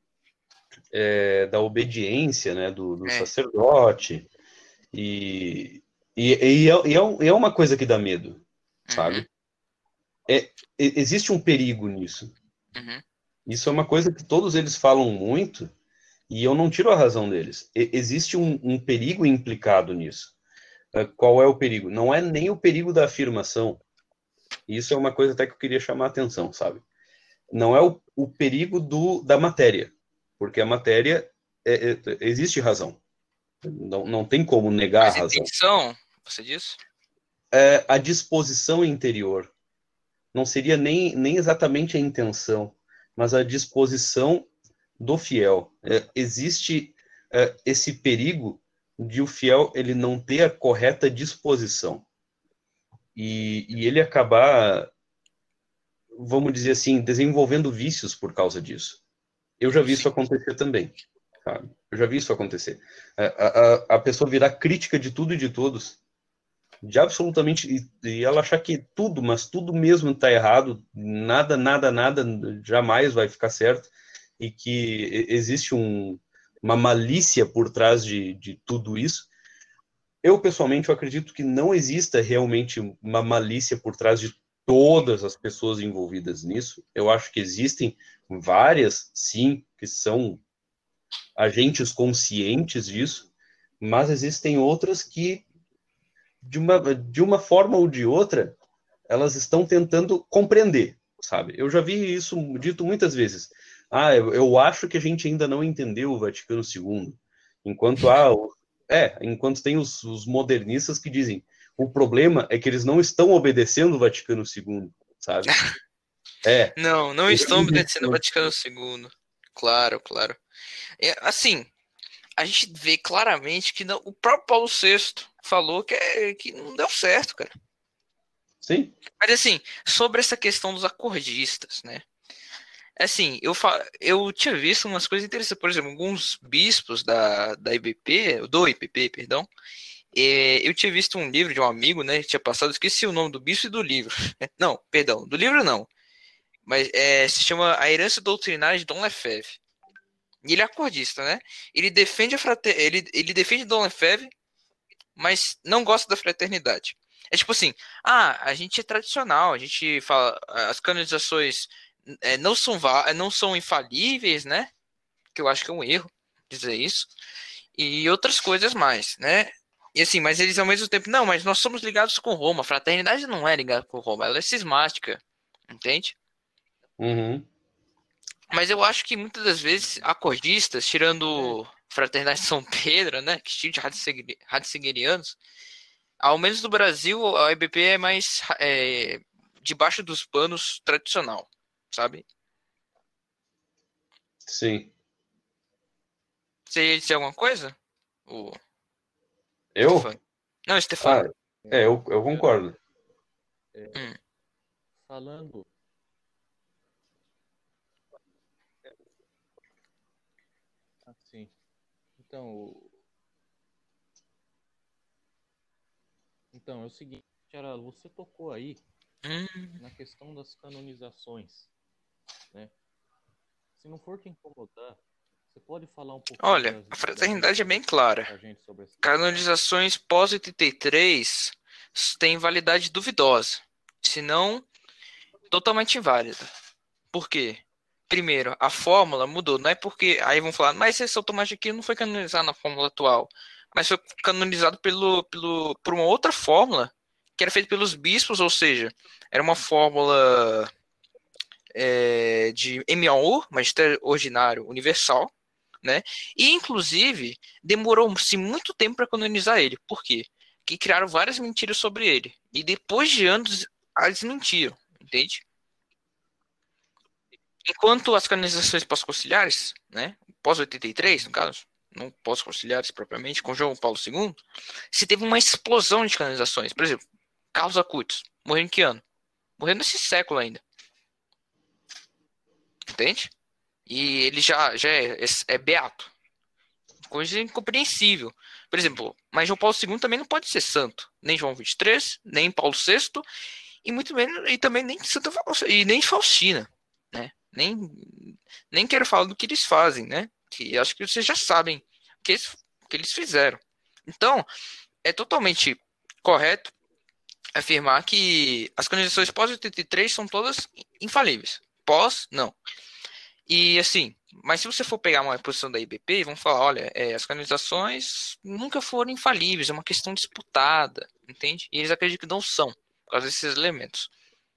da obediência, né, do sacerdote, e é uma coisa que dá medo, sabe? Existe um perigo nisso. Uhum. Isso é uma coisa que todos eles falam muito, e eu não tiro a razão deles. Existe um perigo implicado nisso. Qual é o perigo? Não é nem o perigo da afirmação. Isso é uma coisa até que eu queria chamar a atenção, sabe? Não é o perigo da matéria, porque a matéria existe razão. Não tem como negar Mas a razão. intenção, você disse? A disposição interior. Não seria nem exatamente a intenção, mas a disposição do fiel. Existe esse perigo de o fiel ele não ter a correta disposição. E ele acabar, vamos dizer assim, desenvolvendo vícios por causa disso. Eu já vi isso acontecer também. Sabe? Eu já vi isso acontecer. A pessoa virar crítica de tudo e de todos. De absolutamente. E ela achar que tudo, mas tudo mesmo está errado. Nada jamais vai ficar certo. E que existe uma malícia por trás de tudo isso. Eu, pessoalmente, eu acredito que não exista realmente uma malícia por trás de todas as pessoas envolvidas nisso. Eu acho que existem várias, sim, que são agentes conscientes disso, mas existem outras que, de uma forma ou de outra, elas estão tentando compreender, sabe? Eu já vi isso dito muitas vezes. Eu acho que a gente ainda não entendeu o Vaticano II. Enquanto tem os modernistas que dizem o problema é que eles não estão obedecendo o Vaticano II, sabe? Não estão obedecendo ao Vaticano II. Claro. Assim, a gente vê claramente que o próprio Paulo VI falou que não deu certo, cara. Sim. Mas assim, sobre essa questão dos acordistas, né? Assim, eu tinha visto umas coisas interessantes. Por exemplo, alguns bispos do IBP, perdão. Eu tinha visto um livro de um amigo, né? Que tinha passado, esqueci o nome do bispo e do livro. Não, perdão, do livro não. Mas se chama A Herança Doutrinária de Dom Lefebvre. E ele é acordista, né? Ele defende ele defende Dom Lefebvre, mas não gosta da fraternidade. É tipo assim, a gente é tradicional, a gente fala, as canonizações não são infalíveis, né? Que eu acho que é um erro dizer isso. E outras coisas mais, né? E assim, mas eles ao mesmo tempo, não, mas nós somos ligados com Roma. A fraternidade não é ligada com Roma, ela é cismática, entende? Uhum. Mas eu acho que muitas das vezes acordistas, tirando Fraternidade de São Pedro, né? Que estilo de ratzinger-ianos, ao menos no Brasil, a IBP é mais debaixo dos panos tradicional, sabe? Sim. Você ia dizer alguma coisa? Eu? Stefano. Não, Stefano. Eu concordo. Falando. Assim. Então, é o seguinte, Tiara, você tocou aí na questão das canonizações, né? Se não for te incomodar, você pode falar um pouquinho. Olha, a fraternidade é bem clara. Canonizações pós-83 têm validade duvidosa, se não totalmente inválida. Por quê? Primeiro, a fórmula mudou. Não é porque... Aí vão falar, mas esse automático aqui não foi canonizado na fórmula atual. Mas foi canonizado por uma outra fórmula que era feito pelos bispos, ou seja, era uma fórmula de MAU, Magistério Ordinário Universal, né? E, inclusive, demorou-se muito tempo para canonizar ele. Por quê? Que criaram várias mentiras sobre ele. E depois de anos, eles mentiram, entende? Enquanto as canonizações pós-conciliares, né? Pós-83, no caso, não pós-conciliares propriamente, com João Paulo II, se teve uma explosão de canonizações. Por exemplo, Carlos Acutis, morreu em que ano? Morreu nesse século ainda. Entende? E ele já é beato. Coisa incompreensível. Por exemplo, mas João Paulo II também não pode ser santo. Nem João XXIII, nem Paulo VI, e muito menos, e também nem Santa e nem Faustina, né? Nem quero falar do que eles fazem, né? Que acho que vocês já sabem o que eles fizeram. Então, é totalmente correto afirmar que as canonizações pós-83 são todas infalíveis. Pós, não. E assim, mas se você for pegar uma posição da IBP, vão falar, olha, as canonizações nunca foram infalíveis, é uma questão disputada, entende? E eles acreditam que não são, por causa desses elementos.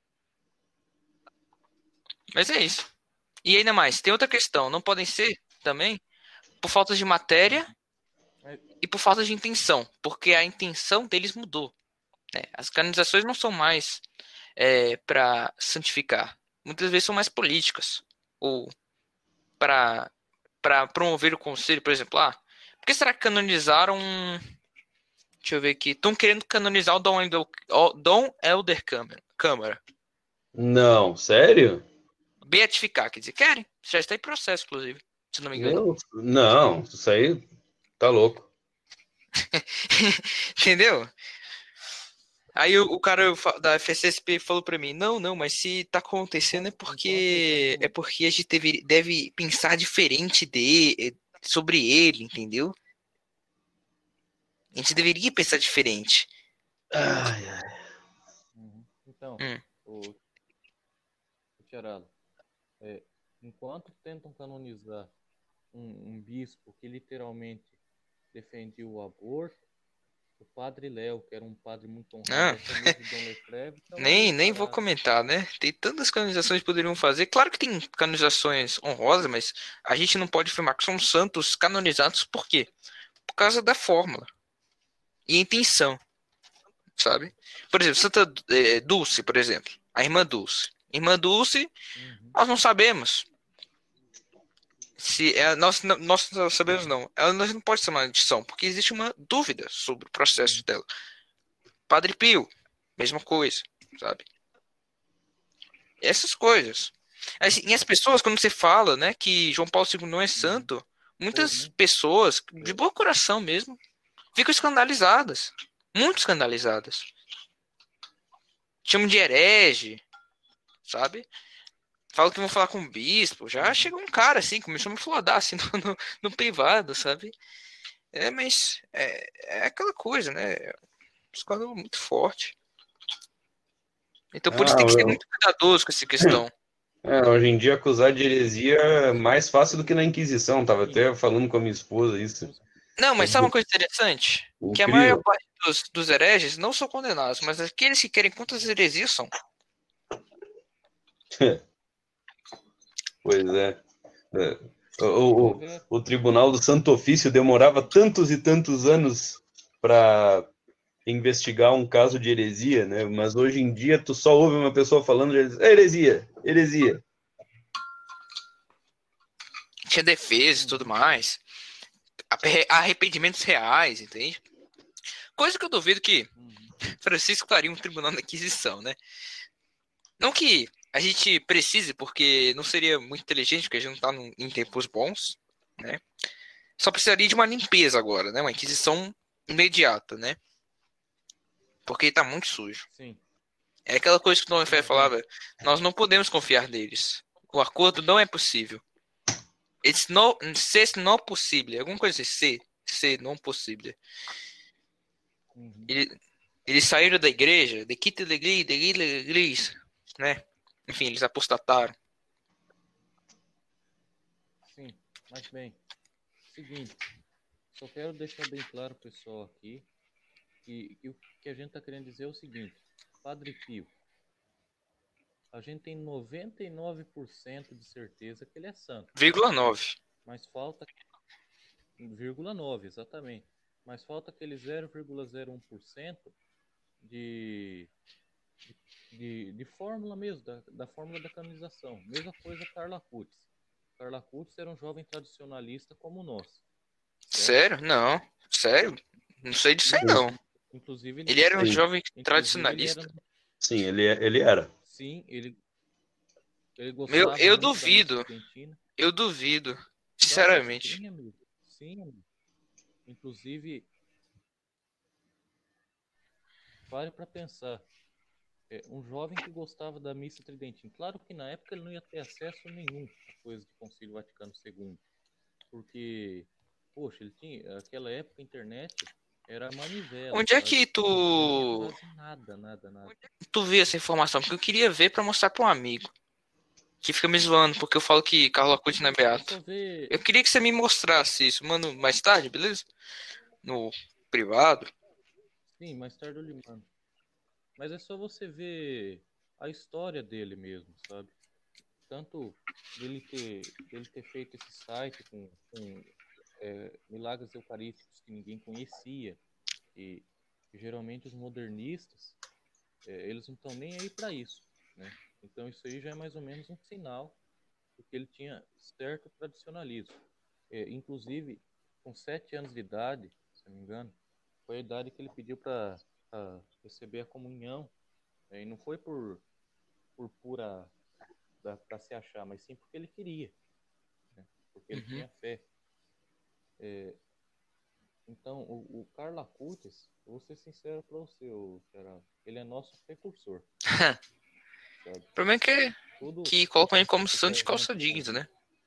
Mas é isso. E ainda mais, tem outra questão, não podem ser também por falta de matéria e por falta de intenção, porque a intenção deles mudou, né? As canonizações não são mais para santificar, muitas vezes são mais políticas, ou para promover o conselho, por exemplo, por que será que canonizaram? Deixa eu ver aqui. Estão querendo canonizar o Dom Helder Câmara. Não, sério? Beatificar, quer dizer, querem. Já está em processo, inclusive, se não me engano. Não, isso aí tá louco. Entendeu? Aí o cara da FSSP falou pra mim, não, mas se tá acontecendo é porque a gente deve pensar diferente sobre ele, entendeu? A gente deveria pensar diferente. Ai, ai. Então, o Tiarado, enquanto tentam canonizar um bispo que literalmente defendia o aborto, o padre Léo, que era um padre muito honrado, até mesmo Dom Lefebvre, nem vou comentar, né? Tem tantas canonizações que poderiam fazer. Claro que tem canonizações honrosas, mas a gente não pode afirmar que são santos canonizados por quê? Por causa da fórmula e intenção, sabe? Por exemplo, Santa Dulce, por exemplo. A irmã Dulce. Irmã Dulce, nós não sabemos. Nós não sabemos, não. Ela não pode ser uma maldição, porque existe uma dúvida sobre o processo dela. Padre Pio, mesma coisa, sabe? Essas coisas. Assim, e as pessoas, quando você fala, né, que João Paulo II não é santo, muitas pessoas, de bom coração mesmo, ficam escandalizadas. Muito escandalizadas. Chamam de herege, sabe? Falam que vão falar com o bispo. Já chegou um cara assim, começou a me flodar assim no privado, sabe? Mas é aquela coisa, né? Escândalo muito forte. Então por isso tem que ser muito cuidadoso com essa questão. Hoje em dia acusar de heresia é mais fácil do que na Inquisição. Tava até falando com a minha esposa isso. Não, mas sabe uma coisa interessante? Incrível. Que a maior parte dos hereges não são condenados, mas aqueles que querem quantas heresias são. Pois é. O Tribunal do Santo Ofício demorava tantos e tantos anos para investigar um caso de heresia, né? Mas hoje em dia tu só ouve uma pessoa falando de heresia. Tinha defesa e tudo mais. Arrependimentos reais, entende? Coisa que eu duvido que Francisco faria um tribunal da Inquisição, né? Não que a gente precise, porque não seria muito inteligente, porque a gente não está em tempos bons, né? Só precisaria de uma limpeza agora, né? Uma Inquisição imediata, né? Porque está muito sujo. Sim. É aquela coisa que o Dom Lefebvre falava, nós não podemos confiar neles. O acordo não é possível. Se não possível. Alguma coisa assim, se não possível. Eles saíram da igreja, de quita da igreja, né? Enfim, eles apostataram. Sim, mas bem, seguinte, só quero deixar bem claro, pessoal, aqui, E o que a gente está querendo dizer é o seguinte: Padre Pio, a gente tem 99% de certeza que ele é santo, 0,9. mas falta 0,9, exatamente. Mas falta aquele 0,01% de, de fórmula mesmo, da fórmula da canonização. Mesma coisa Carla Cutis. Carla Cutis era um jovem tradicionalista como nós. Certo? Sério? Não. Sério? Não sei disso aí, não. Inclusive, Ele era um Sim. jovem inclusive, ele tradicionalista. era, Sim, ele era. sim, ele Eu gostava muito da missa duvido. tridentina. Eu duvido. Nossa, Sinceramente. sim, amigo. Sim, amigo. Inclusive, pare para pensar. Um jovem que gostava da missa tridentina. Claro que na época ele não ia ter acesso nenhum a coisas do Concílio Vaticano II. Porque, poxa, ele tinha, naquela época a internet era a manivela, Onde é sabe? que Não tinha tu quase nada, nada, nada. viu essa informação? Porque eu queria ver pra mostrar pra um amigo. Que fica me zoando, porque eu falo que Carla Cutis não é É beato. só ver. Eu queria que você me mostrasse isso, mano, mais tarde, beleza? No privado. Sim, mais tarde eu lhe mando. Mas é só você ver a história dele mesmo, sabe? Tanto dele ter feito esse site com milagres eucarísticos que ninguém conhecia. E geralmente os modernistas, eles não estão nem aí para isso, né? Então isso aí já é mais ou menos um sinal de que ele tinha certo tradicionalismo. Inclusive, com 7 anos de idade, se não me engano, foi a idade que ele pediu para receber a comunhão. E não foi por pura para se achar, mas sim porque ele queria, né? Porque ele Uhum. tinha fé. Então, o Carla Cutis, eu vou ser sincero para você, Xará, ele é nosso precursor, sabe? O problema é Tudo que colocam ele como o que santo a de calça gente jeans, né?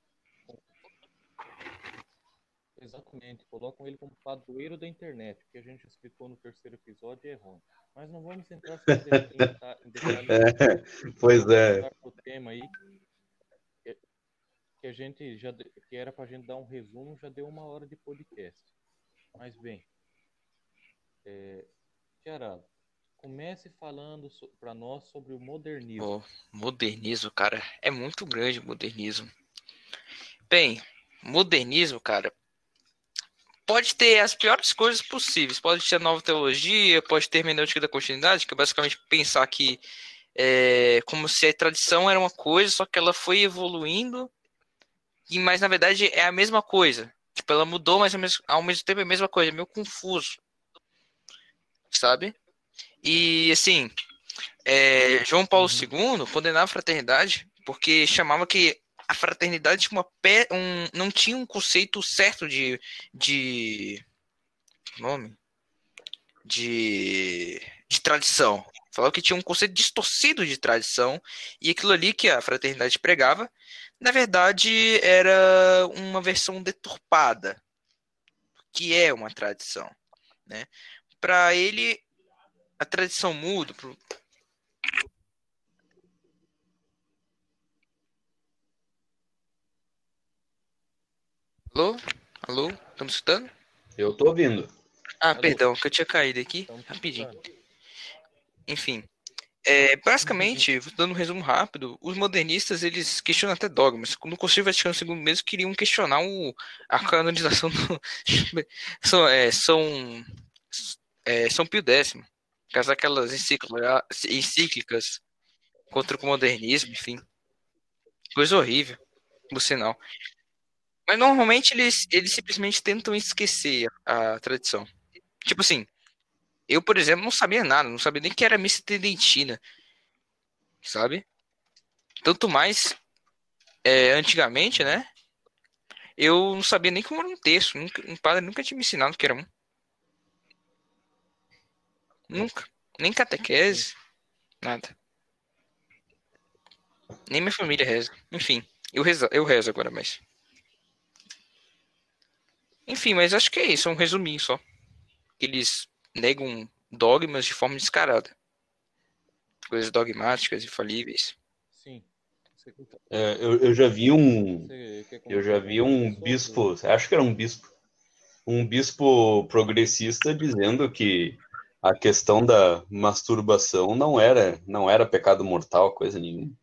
exatamente colocam ele como padroeiro da internet, o que a gente explicou no terceiro episódio é errôneo. Mas não vamos entrar sobre em detalhes aqui. Pois Vamos é. voltar para o tema aí, que a gente que era para a gente dar um resumo, já deu 1 hora de podcast. Mas bem, Tiarado, comece falando para nós sobre o modernismo. O modernismo, cara, é muito grande o modernismo. Bem, modernismo, cara, pode ter as piores coisas possíveis. Pode ter nova teologia, pode ter hermenêutica da continuidade, que é basicamente pensar que como se a tradição era uma coisa, só que ela foi evoluindo, mas na verdade é a mesma coisa. Tipo, ela mudou, mas ao mesmo tempo é a mesma coisa, é meio confuso, sabe? E assim, João Paulo II condenava a fraternidade porque chamava que a fraternidade tinha não tinha um conceito certo de nome de tradição. Falava que tinha um conceito distorcido de tradição e aquilo ali que a fraternidade pregava, na verdade, era uma versão deturpada, que é uma tradição, né? Para ele, a tradição muda. Alô? Alô? Estamos escutando? Eu tô ouvindo. Ah, Alô, perdão, que eu tinha caído aqui, estamos te rapidinho. escutando. Enfim, basicamente, dando um resumo rápido, os modernistas eles questionam até dogmas. No Concílio Vaticano II mesmo queriam questionar a canonização do São Pio X, por causa daquelas encíclicas contra o modernismo, enfim, coisa horrível, por sinal. Mas normalmente eles simplesmente tentam esquecer a tradição. Tipo assim, eu, por exemplo, não sabia nada, não sabia nem que era missa tridentina, sabe? Tanto mais antigamente, né? Eu não sabia nem como era um texto. Um padre nunca tinha me ensinado que era um. Nunca. Nem catequese, nada. Nem minha família reza. Enfim, eu rezo agora, mas. Enfim, mas acho que é isso, é um resuminho só. Eles negam dogmas de forma descarada. Coisas dogmáticas e falíveis. Sim. Você, Eu já vi você quer eu já comentar alguma vi coisa um sobre? bispo, acho que era um bispo progressista dizendo que a questão da masturbação não era pecado mortal, coisa nenhuma.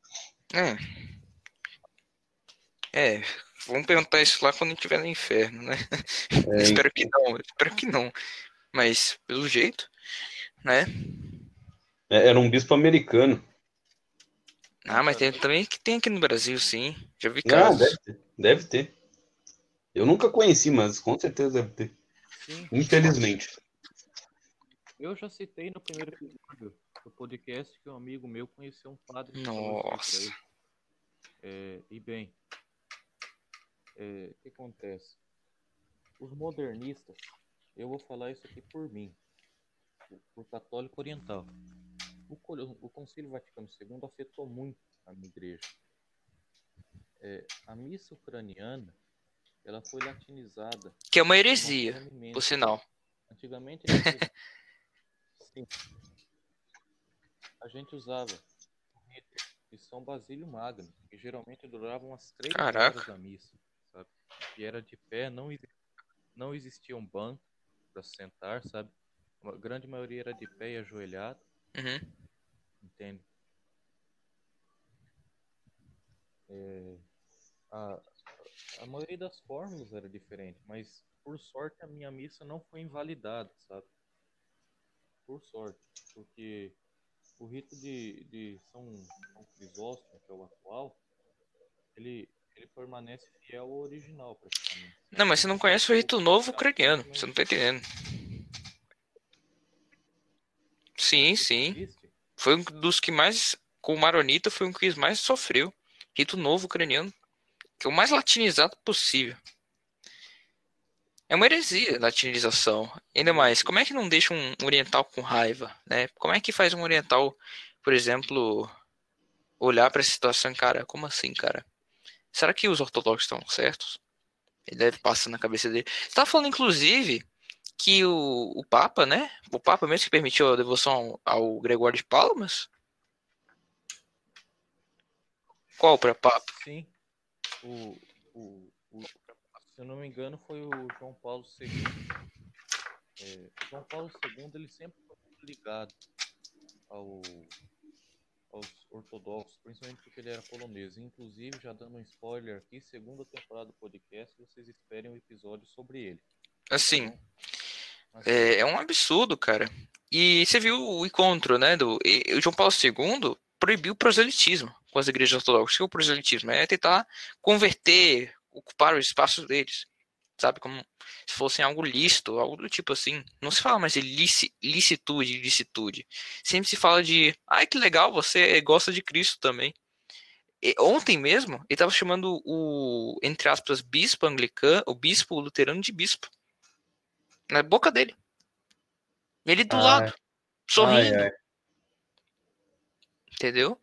É, vamos perguntar isso lá quando estiver no inferno, né? É, Espero que não. Mas, pelo jeito, né? era um bispo americano. Ah, mas tem também que tem aqui no Brasil, sim. Já vi Ah, casos. deve ter. Eu nunca conheci, mas com certeza deve ter. Sim, Infelizmente. eu já citei no primeiro episódio do podcast que um amigo meu conheceu um padre que falou isso aí pra Nossa. ele. E bem, o que acontece? Os modernistas, eu vou falar isso aqui por mim, por católico oriental. O Concílio Vaticano II afetou muito a minha igreja. A missa ucraniana, ela foi latinizada Que é uma de uma heresia, forma imensa. por sinal. Antigamente sim, a gente usava o rito de São Basílio Magno, que geralmente durava umas 3 horas Caraca. a missa, sabe? E era de pé, não existia um banco para sentar, sabe? A grande maioria era de pé e ajoelhado, Uhum. entende? A, a maioria das fórmulas era diferente, mas por sorte a minha missa não foi invalidada, sabe? Por sorte, porque o rito de São Crisóstomo, que é o atual, ele permanece fiel ao original, praticamente. Não, mas você não conhece o rito novo ucraniano. Praticamente Você não tá entendendo. Sim, sim. existe. Foi um dos que mais. Com o Maronita, foi um que mais sofreu. Rito novo ucraniano. Que é o mais latinizado possível. É uma heresia a latinização. Ainda mais, como é que não deixa um oriental com raiva, né? Como é que faz um oriental, por exemplo, olhar para essa situação, cara? Como assim, cara? Será que os ortodoxos estão certos? Ele deve passar na cabeça dele. Você estava falando, inclusive, que o Papa, né? O Papa mesmo que permitiu a devoção ao Gregório de Palmas? Qual para Papa? Sim, se eu não me engano, foi o João Paulo II. João Paulo II ele sempre foi muito ligado ao, aos ortodoxos, principalmente porque ele era polonês. Inclusive, já dando um spoiler aqui, segunda temporada do podcast, vocês esperem um episódio sobre ele. Assim, Tá bom? Assim, é um absurdo, cara. E você viu o encontro, né? O João Paulo II proibiu o proselitismo com as igrejas ortodoxas. O que é o proselitismo? É tentar converter, ocupar o espaço deles. Sabe? Como se fossem algo lícito, algo do tipo assim. Não se fala mais de licitude, ilicitude. Sempre se fala de, ai que legal, você gosta de Cristo também. E ontem mesmo, ele estava chamando o, entre aspas, bispo anglicano, o bispo luterano de bispo. Na boca dele. Ele do Ai, lado, ai, sorrindo. ai. Entendeu?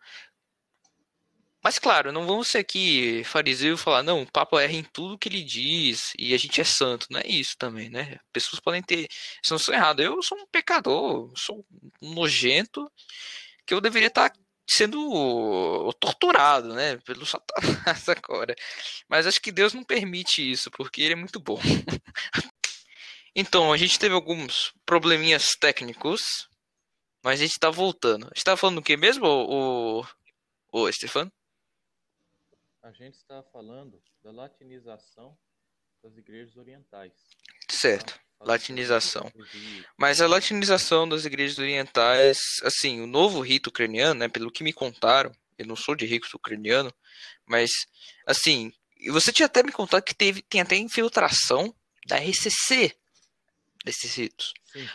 Mas claro, não vamos ser aqui fariseu e falar, não, o Papa erra em tudo que ele diz e a gente é santo. Não é isso também, né? Pessoas podem ter essa noção errada. Eu sou um pecador, sou um nojento, que eu deveria estar sendo torturado, né? Pelo Satanás agora. Mas acho que Deus não permite isso, porque ele é muito bom. Então, a gente teve alguns probleminhas técnicos, mas a gente tá voltando. A gente tá falando do que mesmo, o Stefano? a gente está falando da latinização das igrejas orientais, tá? Certo, Falando sobre latinização. os ritos, Mas a latinização das igrejas orientais, assim, o novo rito ucraniano, né, pelo que me contaram, eu não sou de rito ucraniano, mas, assim, você tinha até me contado que tem até infiltração da RCC desses ritos. sim,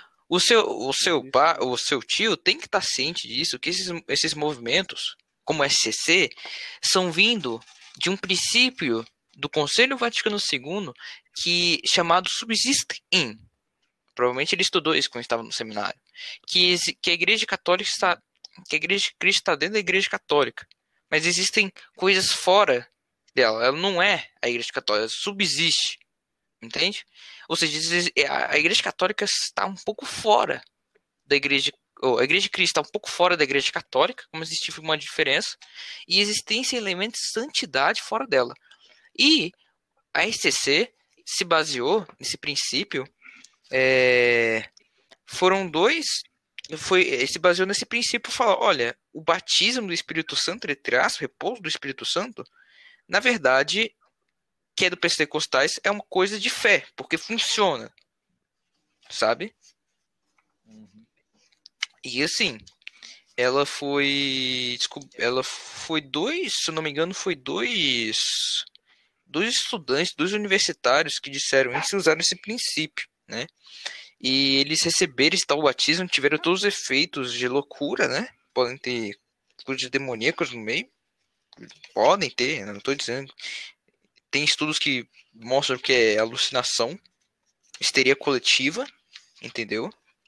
O seu tio tem que estar ciente disso, que esses movimentos, como o SCC, são vindo de um princípio do Conselho Vaticano II que chamado subsiste in. Provavelmente ele estudou isso quando estava no seminário. Que a Igreja Católica está, que a Igreja de Cristo está dentro da Igreja Católica, mas existem coisas fora dela. Ela não é a Igreja Católica, ela subsiste, entende? Ou seja, a Igreja Católica está um pouco fora da Igreja, ou a Igreja de Cristo está um pouco fora da Igreja Católica, como existe uma diferença, e existem elementos de santidade fora dela. E a RCC se baseou nesse princípio foram dois. Se baseou nesse princípio, falar, olha, o batismo do Espírito Santo, entre aspas, o repouso do Espírito Santo, na verdade, que é do pentecostais, é uma coisa de fé, porque funciona, sabe? E assim, ela foi dois, se eu não me engano, foi dois estudantes, dois universitários que disseram isso e usaram esse princípio, né? E eles receberam esse tal batismo, tiveram todos os efeitos de loucura, né? Podem ter coisas demoníacas no meio. Podem ter, não estou dizendo. Tem estudos que mostram que é alucinação, histeria coletiva, entendeu?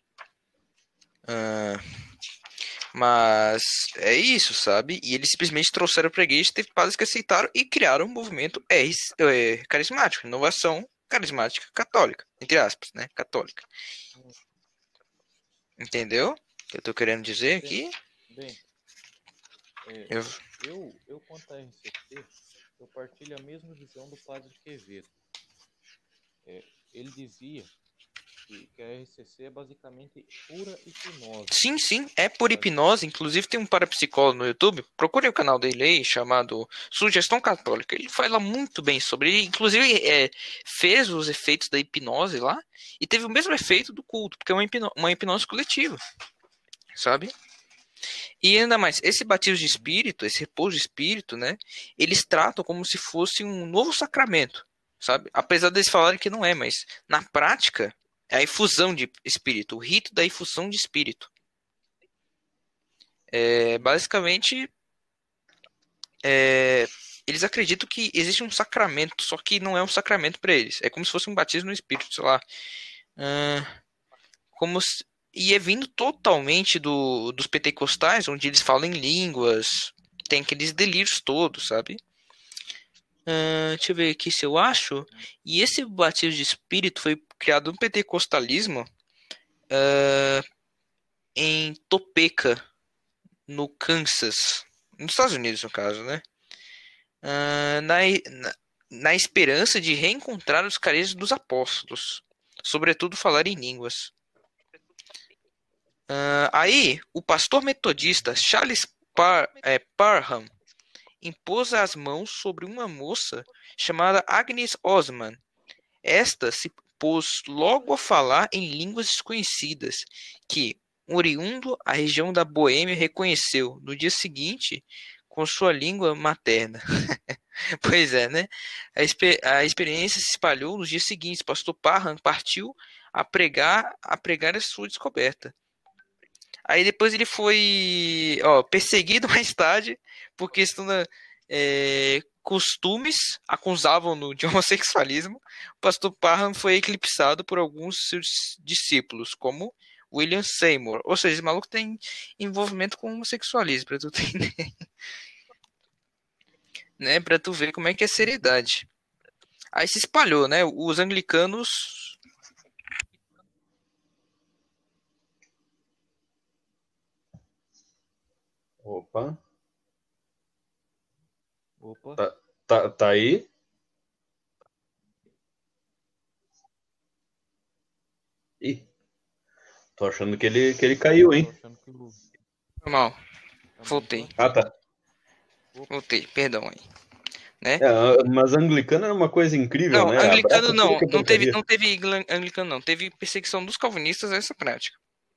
Mas é isso, sabe? E eles simplesmente trouxeram para a igreja, teve padres que aceitaram e criaram um movimento carismático, inovação carismática católica, entre aspas, né? Católica. Entendeu o que eu tô querendo dizer aqui? Bem, eu quanto à RCC, eu partilho a mesma visão do padre Quevedo. Ele dizia que a RCC é basicamente pura hipnose. Sim, é por hipnose. Inclusive tem um parapsicólogo no YouTube, procure o canal dele aí, chamado Sugestão Católica. Ele fala muito bem sobre ele, inclusive fez os efeitos da hipnose lá, e teve o mesmo efeito do culto, porque é uma hipnose coletiva, sabe? E ainda mais, esse batismo de espírito, esse repouso de espírito, né, eles tratam como se fosse um novo sacramento, sabe? Apesar deles falarem que não é, mas na prática é a infusão de espírito, o rito da infusão de espírito. Basicamente, eles acreditam que existe um sacramento, só que não é um sacramento para eles. É como se fosse um batismo no espírito, sei lá. E é vindo totalmente dos pentecostais, onde eles falam em línguas, tem aqueles delírios todos, sabe? Deixa eu ver aqui se eu acho. E esse batismo de espírito foi criado no pentecostalismo em Topeka, no Kansas, nos Estados Unidos, no caso, né? Na esperança de reencontrar os carismas dos apóstolos, sobretudo falar em línguas. Aí, o pastor metodista Charles Parham impôs as mãos sobre uma moça chamada Agnes Osman. Esta se pôs logo a falar em línguas desconhecidas, que, oriundo a região da Boêmia, reconheceu no dia seguinte com sua língua materna. Pois é, né? A experiência se espalhou nos dias seguintes. Pastor Parham partiu a pregar a sua descoberta. Aí depois ele foi perseguido mais tarde por questão da costumes, acusavam-no de homossexualismo. O pastor Parham foi eclipsado por alguns de seus discípulos, como William Seymour. Ou seja, esse maluco tem envolvimento com homossexualismo, pra tu entender. Né? Pra tu ver como é que é seriedade. Aí se espalhou, né? Os anglicanos... Opa. Tá aí? Ih, tô achando que ele caiu, hein? Normal. Voltei. Tá. Voltei, perdão aí. Né? Mas anglicano era uma coisa incrível, né? Anglicano não teve anglicano não, teve perseguição dos calvinistas a essa prática.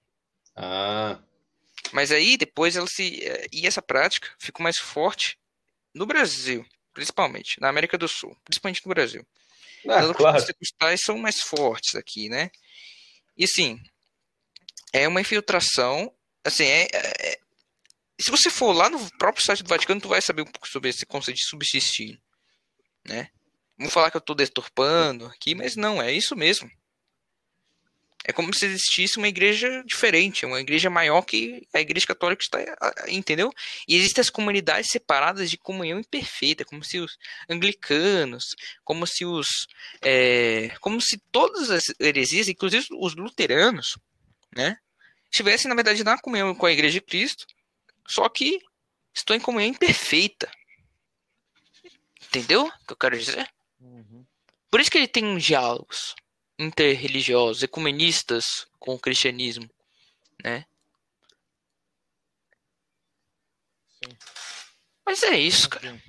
Mas aí depois e essa prática ficou mais forte no Brasil, principalmente, na América do Sul, principalmente no Brasil. Claro. Os pentecostais são mais fortes aqui, né? E assim, é uma infiltração, assim, se você for lá no próprio site do Vaticano, tu vai saber um pouco sobre esse conceito de subsistir, né? Vamos falar que eu estou deturpando aqui, mas não, é isso mesmo. É como se existisse uma igreja diferente, uma igreja maior que a igreja católica está, entendeu? E existem as comunidades separadas de comunhão imperfeita, como se os anglicanos, como se todas as heresias, inclusive os luteranos, né, estivessem, na verdade, na comunhão com a igreja de Cristo, só que estão em comunhão imperfeita. Entendeu o que eu quero dizer? Por isso que ele tem uns diálogos. interreligiosos, ecumenistas com o cristianismo, né? Sim. Mas é isso, Mas cara. bem,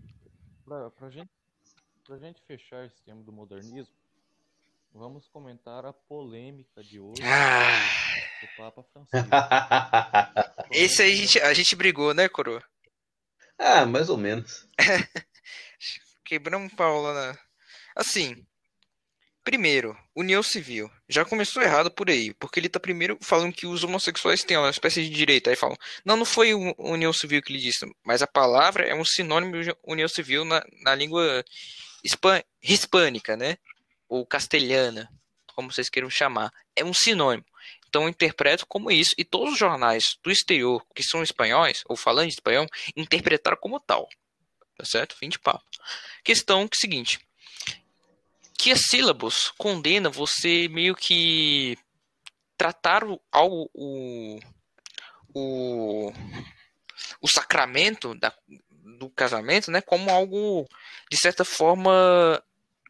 pra gente fechar esse tema do modernismo, vamos comentar a polêmica de hoje Ah, do Papa Francisco. esse Somente aí um momento. a gente brigou, né, coroa? Ah, mais ou menos. Quebramos um pau lá na... Assim, primeiro, união civil. Já começou errado por aí, porque ele tá primeiro falando que os homossexuais têm uma espécie de direito. Aí falam, não, não foi união civil que ele disse, mas a palavra é um sinônimo de união civil na língua hispânica, né? Ou castelhana, como vocês queiram chamar. É um sinônimo. Então eu interpreto como isso, e todos os jornais do exterior que são espanhóis, ou falando de espanhol, interpretaram como tal. Tá certo? Fim de papo. Questão que é o seguinte, que as sílabos condena você meio que tratar o, o sacramento do casamento, né, como algo de certa forma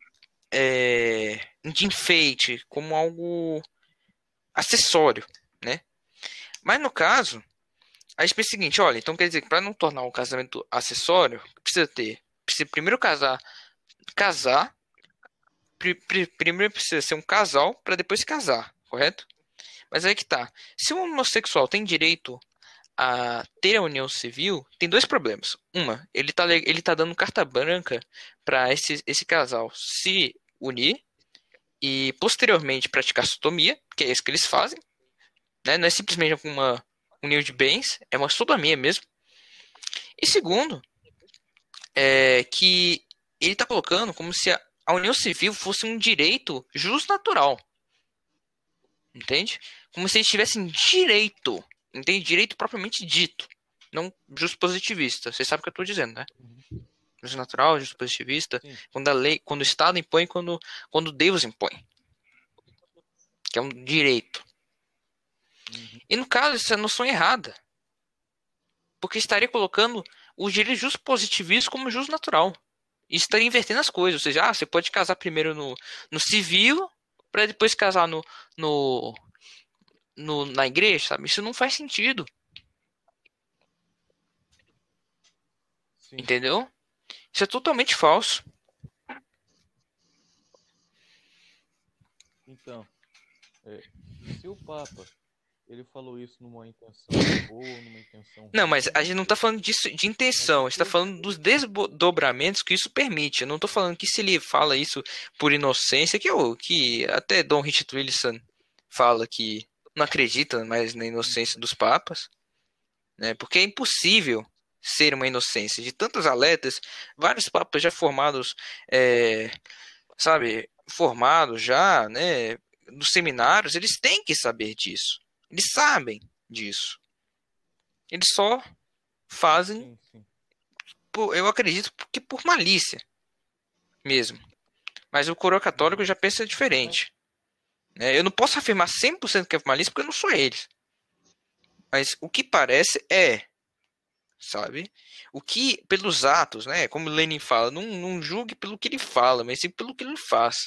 de enfeite, como algo acessório, né? Mas no caso, a gente pensa o seguinte, olha, então quer dizer que para não tornar o casamento acessório, precisa primeiro casar, primeiro precisa ser um casal para depois se casar, correto? Mas aí que tá. Se o homossexual tem direito a ter a união civil, tem dois problemas. Uma, ele tá dando carta branca para esse casal se unir e posteriormente praticar sodomia, que é isso que eles fazem, né? Não é simplesmente uma união de bens, é uma sodomia mesmo. E segundo, é que ele está colocando como se a união civil fosse um direito justnatural, entende? Como se eles tivessem direito, entende? Direito propriamente dito, não justo positivista. Você sabe o que eu estou dizendo, né? Uhum. Justo natural, justo positivista, Sim. quando a lei, quando o Estado impõe, quando Deus impõe, que é um direito. Uhum. E no caso, essa noção é errada, porque estaria colocando o direito justo positivista como justo natural. E estaria invertendo as coisas, ou seja, você pode casar primeiro no civil para depois casar no, na igreja, sabe? Isso não faz sentido, Sim. entendeu? Isso é totalmente falso. Então, é, se o Papa ele falou isso numa intenção boa, numa intenção Não, ruim, mas eu a não gente não tá sei. falando disso de Mas o intenção, a gente que tá eu falando dos desdobramentos que isso permite. Eu não tô falando que se ele fala isso por inocência, que até Dom Richard Wilson fala que não acredita mais na inocência dos papas, né? Porque é impossível ser uma inocência. De tantos atletas, vários papas já formados, sabe, formados já, né, nos seminários, eles têm que saber disso. Eles sabem disso. Eles só fazem, sim, sim. eu acredito, que por malícia mesmo. Mas o coroa católico Uhum. já pensa Mas diferente. Né? Eu não posso afirmar 100% que é por malícia porque eu não sou eles. Mas o que parece é, sabe? O que, pelos atos, né? Como Lenin fala, não julgue pelo que ele fala, mas sim pelo que ele faz.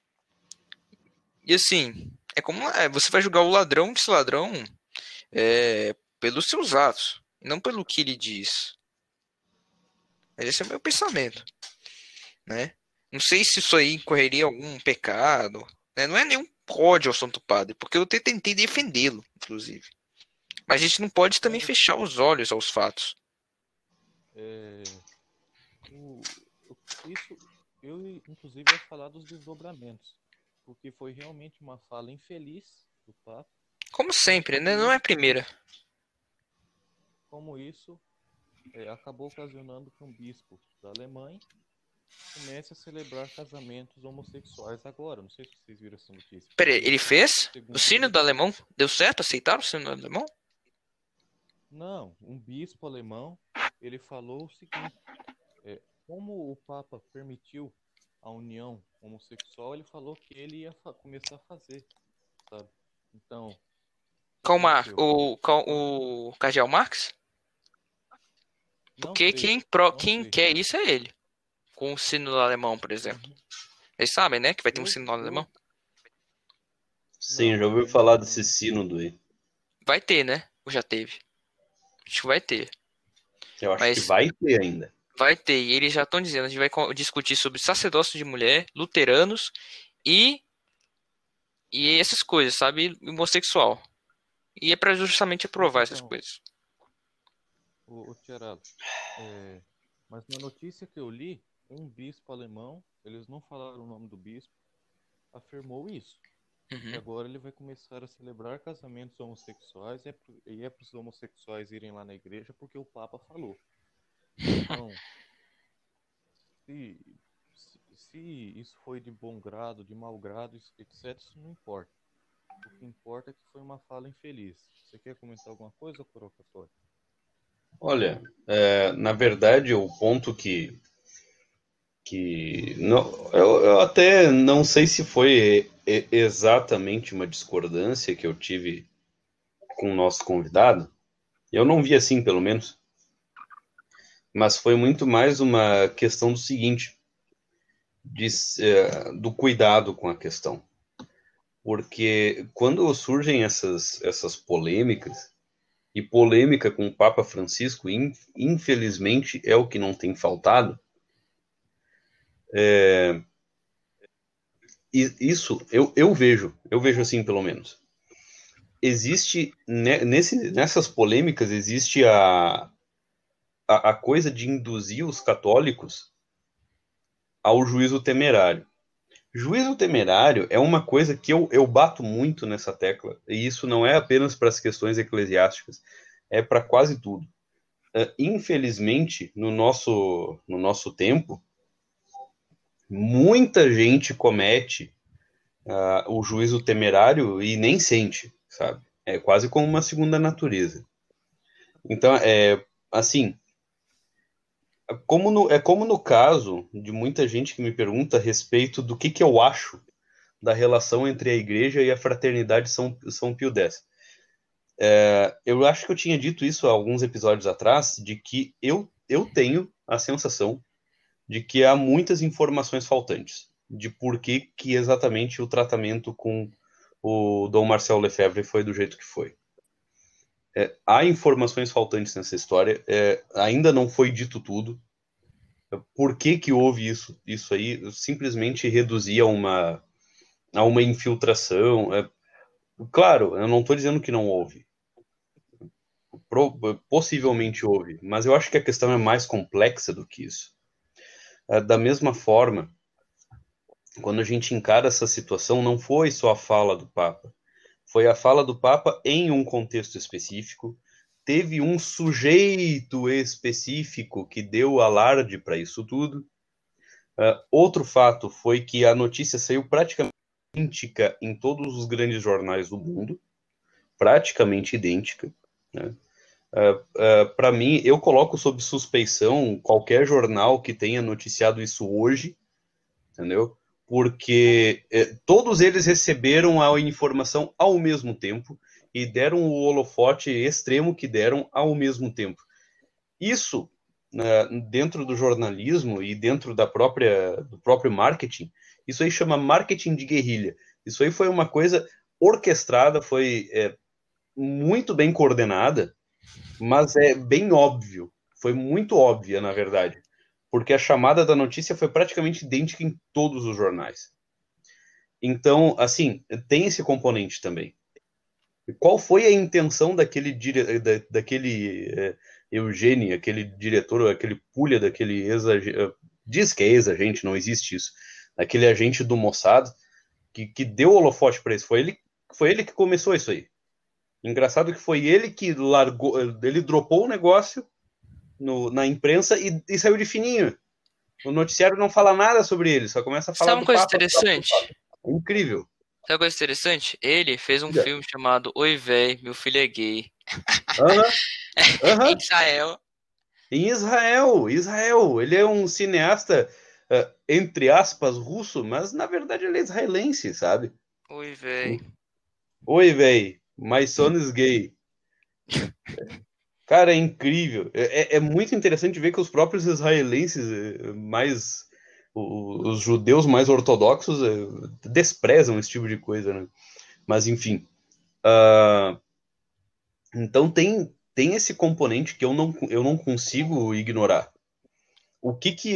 E assim, é como você vai julgar o ladrão, esse ladrão, pelos seus atos, não pelo que ele diz. Esse é o meu pensamento, né? Não sei se isso aí incorreria algum pecado, né? Não é nenhum ódio ao Santo Padre, porque eu até tentei defendê-lo, inclusive. Mas a gente não pode também é, fechar os olhos aos fatos. é, o, isso eu inclusive ia falar dos desdobramentos, porque foi realmente uma fala infeliz do Papa, Como e sempre, né? Não é a primeira. como isso acabou ocasionando que um bispo da Alemanha comece a celebrar casamentos homossexuais agora. Não sei se vocês viram essa notícia, Pera aí, porque ele fez? O segundo sino do ele, alemão deu certo? Aceitaram o sino do alemão? não, um bispo alemão, ele falou o seguinte: como o Papa permitiu a união homossexual, ele falou que ele ia começar a fazer, sabe? Então, o que Karl Marx, aconteceu? Quando- o Cardeal Marx? Não Porque sei, não quem sei. quer isso é ele. Com o sino do alemão, por exemplo. Uhum. Eles sabem, né? Que vai ter um Eu, sino do eu, alemão. Sim, já Não, ouviu falar desse sínodo aí. Vai ter, né? Ou já teve? Acho que vai ter. Eu acho que Mas vai ter ainda. vai ter. E eles já estão dizendo, a gente vai discutir sobre sacerdócio de mulher, luteranos e, e essas coisas, sabe? E homossexual. E é para justamente Mas aprovar essas então, coisas. o Tiarado, mas na notícia que eu li, um bispo alemão, eles não falaram o nome do bispo, afirmou isso. Que Uhum. agora ele vai começar a celebrar casamentos homossexuais e é para os homossexuais irem lá na igreja porque o Papa falou. Então, se, se isso foi de bom grado, de mau grado, etc., isso não importa. O que importa é que foi uma fala infeliz. Você quer comentar alguma coisa, Corocatório? Olha, na verdade, o ponto que não, eu até não sei se foi exatamente uma discordância que eu tive com o nosso convidado. Eu não vi assim, pelo menos. Mas foi muito mais uma questão do seguinte, do cuidado com a questão. Porque quando surgem essas polêmicas, e polêmica com o Papa Francisco, infelizmente, é o que não tem faltado, e isso eu vejo assim, pelo menos. Existe, nessas polêmicas, existe a coisa de induzir os católicos ao juízo temerário. Juízo temerário é uma coisa que eu bato muito nessa tecla, e isso não é apenas para as questões eclesiásticas, é para quase tudo. Infelizmente, no nosso tempo, muita gente comete o juízo temerário e nem sente, sabe? É quase como uma segunda natureza. Então, assim, como no caso de muita gente que me pergunta a respeito do que eu acho da relação entre a igreja e a fraternidade São Pio X. Eu acho que eu tinha dito isso há alguns episódios atrás, de que eu tenho a sensação de que há muitas informações faltantes, de por que exatamente o tratamento com o Dom Marcel Lefebvre foi do jeito que foi. Há informações faltantes nessa história, ainda não foi dito tudo. Por que houve isso aí? Simplesmente reduzir a uma infiltração. Claro, eu não estou dizendo que não houve. Possivelmente houve, mas eu acho que a questão é mais complexa do que isso. Da mesma forma, quando a gente encara essa situação, não foi só a fala do Papa. Foi a fala do Papa em um contexto específico. Teve um sujeito específico que deu alarde para isso tudo. Outro fato foi que a notícia saiu praticamente idêntica em todos os grandes jornais do mundo. Praticamente idêntica. Né? Para mim, eu coloco sob suspeição qualquer jornal que tenha noticiado isso hoje, entendeu? Porque todos eles receberam a informação ao mesmo tempo e deram o holofote extremo que deram ao mesmo tempo. Isso, dentro do jornalismo e dentro do próprio marketing, isso aí chama marketing de guerrilha. Isso aí foi uma coisa orquestrada, foi muito bem coordenada, mas é bem óbvio. Foi muito óbvia, na verdade. Porque a chamada da notícia foi praticamente idêntica em todos os jornais. Então, assim, tem esse componente também. Qual foi a intenção daquele Eugênio, aquele diretor, aquele pulha, daquele diz que é ex-agente, não existe isso, aquele agente do Mossad, que deu o holofote para isso? Foi ele que começou isso aí. Engraçado que foi ele que largou, ele dropou o negócio na imprensa e saiu de fininho. O noticiário não fala nada sobre ele, só começa a falar Sabe uma do coisa Papa. interessante? É incrível. Sabe uma coisa interessante? Ele fez um filme chamado Oi, véi, meu filho é gay. Aham, Em aham. Israel. Em Israel. Ele é um cineasta, entre aspas, russo, mas na verdade ele é israelense, sabe? Oi, véi. Oi, véi, my son is gay. Cara, é incrível. É muito interessante ver que os próprios israelenses, os judeus mais ortodoxos, desprezam esse tipo de coisa, né? Mas, enfim. Então, tem esse componente que eu não consigo ignorar. O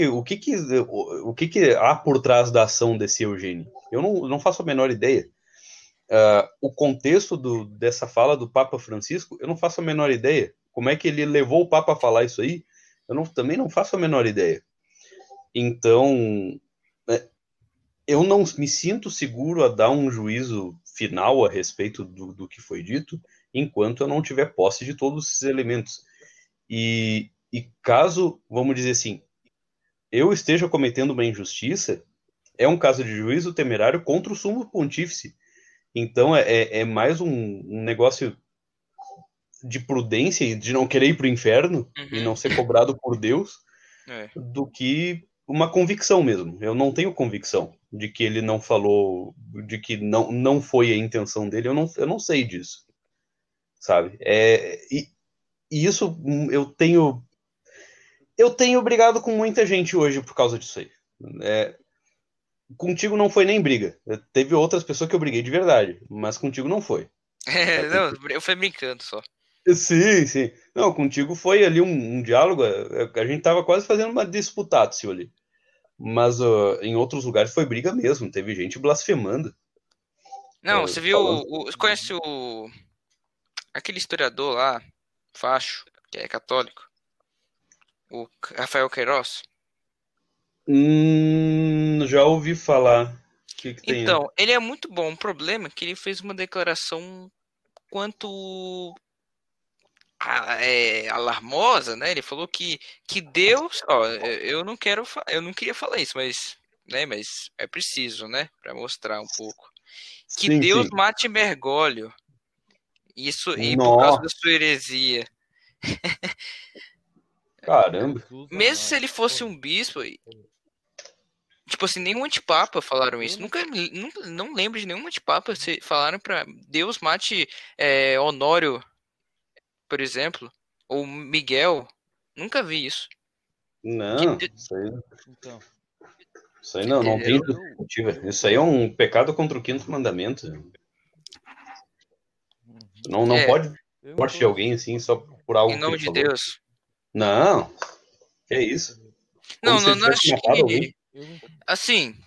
que há por trás da ação desse Eugênio? Eu não faço a menor ideia. O contexto dessa fala do Papa Francisco, eu não faço a menor ideia. Como é que ele levou o Papa a falar isso aí? Também não faço a menor ideia. Então, eu não me sinto seguro a dar um juízo final a respeito do que foi dito, enquanto eu não tiver posse de todos esses elementos. E caso, vamos dizer assim, eu esteja cometendo uma injustiça, é um caso de juízo temerário contra o sumo pontífice. Então é mais um negócio de prudência e de não querer ir para o inferno e não ser cobrado por Deus do que uma convicção mesmo. Eu não tenho convicção de que ele não falou, de que não foi a intenção dele. Eu não sei disso, sabe? E isso eu tenho brigado com muita gente hoje por causa disso aí. Contigo não foi nem briga. Teve outras pessoas que eu briguei de verdade, mas contigo não foi. Não, eu fui brincando só. Sim, sim. Não, contigo foi ali um diálogo. A gente tava quase fazendo uma disputácio ali. Mas em outros lugares foi briga mesmo. Teve gente blasfemando. Não, você viu. Falando... Você conhece aquele historiador lá, facho, que é católico? O Rafael Queiroz? Já ouvi falar. O que tem? Então, ele é muito bom. O problema é que ele fez uma declaração quanto alarmosa, né? Ele falou que Deus, ó, eu não queria falar isso, mas, né, mas é preciso, né, para mostrar um pouco que Sim, Deus sim. mate Bergoglio. Isso e por causa Nossa. da sua heresia. Caramba. Mesmo se ele fosse um bispo, tipo assim, nenhum antipapa falaram isso. Nunca não lembro de nenhum antipapa se falaram para Deus mate Honório, por exemplo, ou Miguel. Nunca vi isso. Não, Que- isso aí, Então, isso aí não tem entendeu? justificativa. Isso aí é um pecado contra o quinto mandamento. Não É, pode morte de alguém assim só por em algo que nome ele de falou. Deus. Não, que é isso? Como Não, se ele não tivesse acho matado alguém. que. Assim.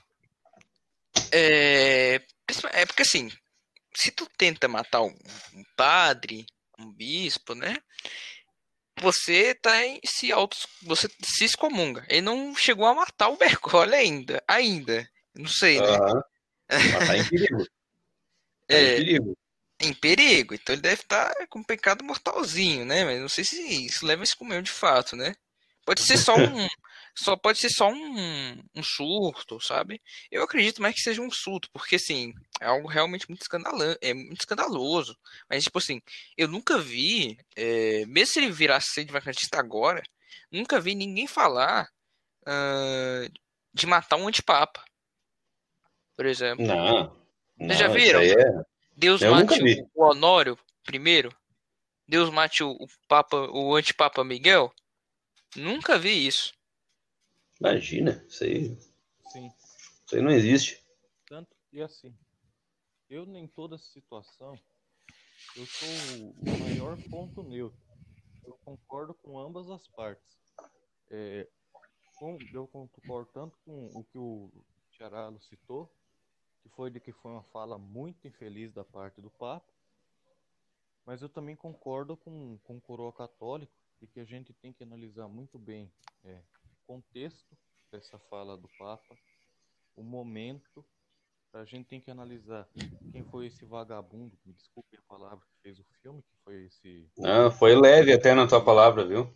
É porque assim, se tu tenta matar um padre, um bispo, né? Você você se excomunga. Ele não chegou a matar o Bergoglio ainda. Não sei, né? Mas tá em perigo. Tá em É, perigo. em perigo. Então ele deve estar com um pecado mortalzinho, né? Mas não sei se isso leva a excomunhão de fato, né? Pode ser pode ser só um surto, sabe? Eu acredito mais que seja um surto, porque assim, é algo realmente muito escandaloso. Mas tipo assim, eu nunca vi, mesmo se ele virasse ser adventista agora, nunca vi ninguém falar de matar um antipapa, por exemplo. Não, Vocês já não, isso viram? aí é. Deus Eu nunca mate vi. o Honório primeiro? Deus mate o antipapa Miguel? Nunca vi isso. Imagina, sim. isso aí não existe. Tanto e assim, eu nem toda situação, eu sou o maior ponto neutro. Eu concordo com ambas as partes. Eu concordo tanto com o que o Tiaralo citou, que foi de que foi uma fala muito infeliz da parte do Papa, mas eu também concordo com o coroa católico de que a gente tem que analisar muito bem o contexto dessa fala do Papa, o momento. A gente tem que analisar quem foi esse vagabundo, me desculpe a palavra, que fez o filme, que foi esse. Não, foi leve até na tua palavra, viu?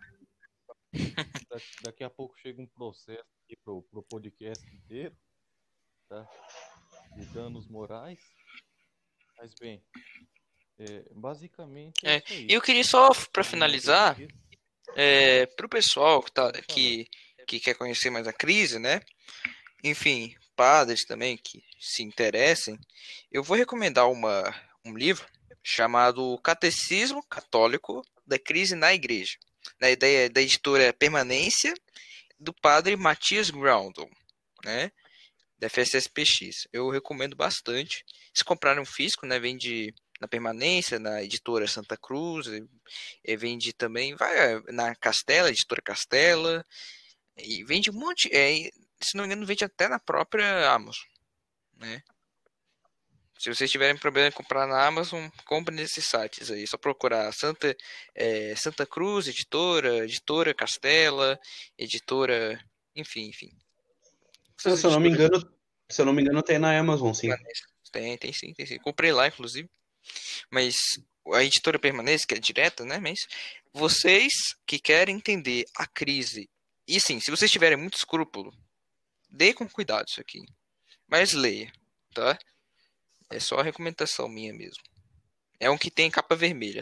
Daqui a pouco chega um processo aqui pro podcast inteiro, tá? De danos morais. Mas bem, basicamente é isso aí. Eu queria só, para finalizar, para o pessoal que quer conhecer mais a crise, né? Enfim, padres também que se interessem, eu vou recomendar um livro chamado Catecismo Católico da Crise na Igreja, da editora Permanência, do padre Matias Groundle, né? da FSSPX. Eu recomendo bastante. Se comprarem um físico, né, vende na Permanência, na editora Santa Cruz, vende também, vai na Castela, editora Castela, e vende um monte, se não me engano, vende até na própria Amazon, né? Se vocês tiverem problema em comprar na Amazon, compre nesses sites aí. É só procurar Santa Cruz, editora Castela, editora, enfim. Essas Se eu não me editoras engano, se eu não me engano, tem na Amazon, sim. tem sim, tem sim. Comprei lá, inclusive. Mas a editora permanece, que é direta, né? Mas vocês que querem entender a crise, e sim, se vocês tiverem muito escrúpulo, dê com cuidado isso aqui. Mas leia, tá? É só a recomendação minha mesmo. É um que tem capa vermelha.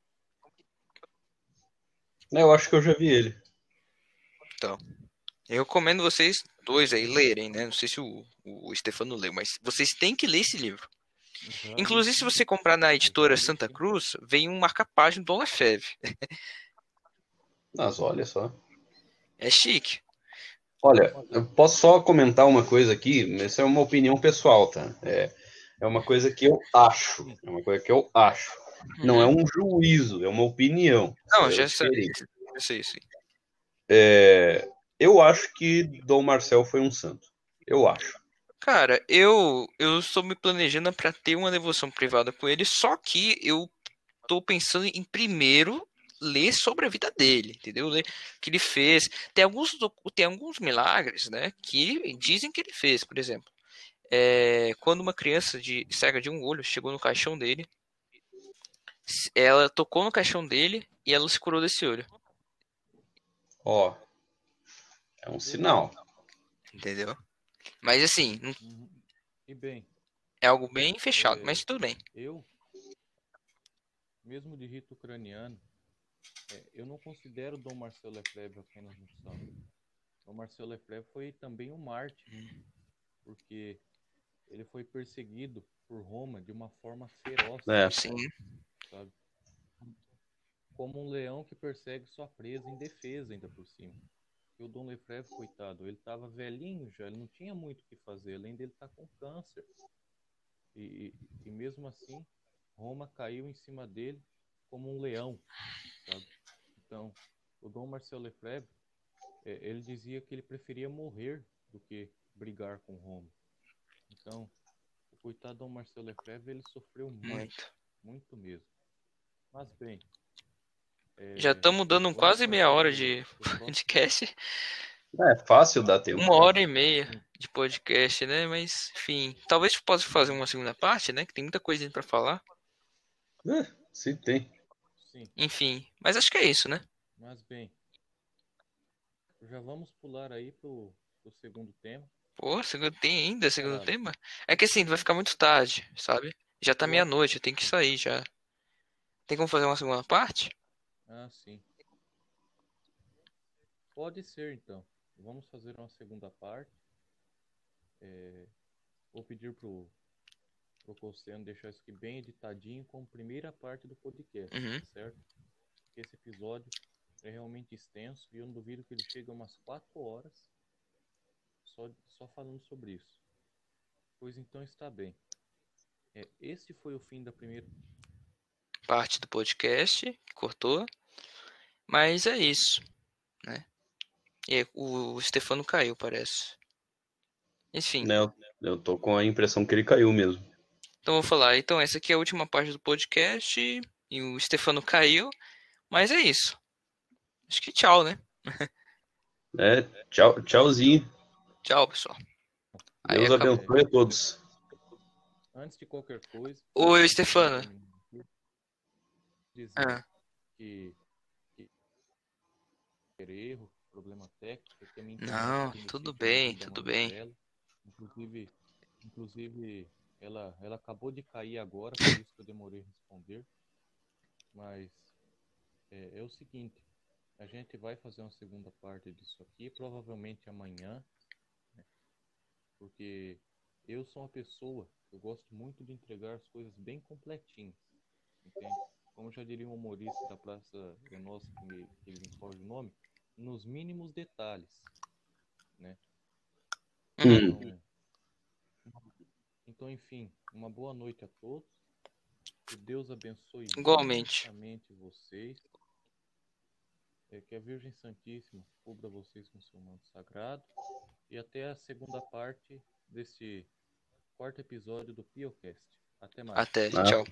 Eu acho que eu já vi ele. Então, eu recomendo vocês dois aí lerem, né? Não sei se o Stefano leu, mas vocês têm que ler esse livro. Já li Inclusive, se sim. você comprar na editora Já li Santa sim. Cruz, vem um marca-página do Lefebvre. Mas olha só. É chique. Olha, eu posso só comentar uma coisa aqui, essa é uma opinião pessoal, tá? É uma coisa que eu acho. Sim. É uma coisa que eu acho. Não é Uhum. um juízo, é uma opinião. Não, É já diferente. sei. Eu acho que Dom Marcel foi um santo. Eu acho. Cara, eu estou me planejando para ter uma devoção privada com ele, só que eu tô pensando em primeiro ler sobre a vida dele, entendeu? Ler o que ele fez. Tem alguns milagres, né, que dizem que ele fez, por exemplo. Quando uma criança cega de um olho chegou no caixão dele, ela tocou no caixão dele e ela se curou desse olho, Ó, é um Legal. sinal. entendeu? Mas assim, Uhum. E bem, é algo bem fechado, é, mas tudo bem. eu, mesmo de rito ucraniano, eu não considero Dom Marcel Lefebvre apenas um santo. Dom Marcel Lefebvre foi também um mártir, porque ele foi perseguido por Roma de uma forma feroz, É, Sim, sabe? Como um leão que persegue sua presa em defesa, ainda por cima. E o Dom Lefebvre, coitado, ele estava velhinho já, ele não tinha muito o que fazer, além dele estar com câncer. E mesmo assim, Roma caiu em cima dele como um leão, sabe? Então, o Dom Marcel Lefebvre, ele dizia que ele preferia morrer do que brigar com Roma. Então, o coitado Dom Marcel Lefebvre, ele sofreu muito, muito. muito mesmo. Mas bem, Já estamos dando vamos quase meia partir hora pro, de pro próximo. podcast. é fácil dar tempo, Uma né? hora e meia Sim, de podcast, né? Mas, enfim, talvez possa fazer uma segunda parte, né? Que tem muita coisa para falar. Se tem. sim. Enfim, mas acho que é isso, né? Mas bem, já vamos pular aí pro segundo tema. Pô, tem ainda segundo Parado. tema? É que assim, vai ficar muito tarde, sabe? Já tá Eu acho. meia-noite, eu tenho que sair já. Tem como fazer uma segunda parte? Ah, sim. Pode ser, então. Vamos fazer uma segunda parte. Vou pedir pro Cossiano deixar isso aqui bem editadinho como primeira parte do podcast, Uhum. certo? Porque esse episódio é realmente extenso e eu não duvido que ele chegue a umas 4 horas só falando sobre isso. Pois então está bem. Esse foi o fim da primeira. Parte do podcast, que cortou. Mas é isso, né? E o Stefano caiu, parece. Enfim, Né, eu tô com a impressão que ele caiu mesmo. então vou falar. Então, essa aqui é a última parte do podcast. E o Stefano caiu. Mas é isso. Acho que tchau, né? Tchau, tchauzinho. Tchau, pessoal. Aí Deus acabou. abençoe a todos. Antes de qualquer coisa, Oi, antes de Stefano. terminar aqui, dizer Ah, que erro, problema técnico, que a minha internet não, aqui nesse tudo sítio me bem, ajuda uma tudo bem. novela. Inclusive ela acabou de cair agora, por isso que eu demorei a responder. Mas é o seguinte, a gente vai fazer uma segunda parte disso aqui, provavelmente amanhã, né? Porque eu sou uma pessoa, eu gosto muito de entregar as coisas bem completinhas, entende? Como já diria um humorista da Praça é Nossa, que ele me foge o nome, nos mínimos detalhes, né? Uhum. Hum, Então, Então, enfim, uma boa noite a todos. Que Deus abençoe Igualmente. imensamente vocês. Que a Virgem Santíssima cubra vocês com seu manto sagrado. E até a segunda parte desse quarto episódio do PioCast. Até mais. Até. Ah, Tchau.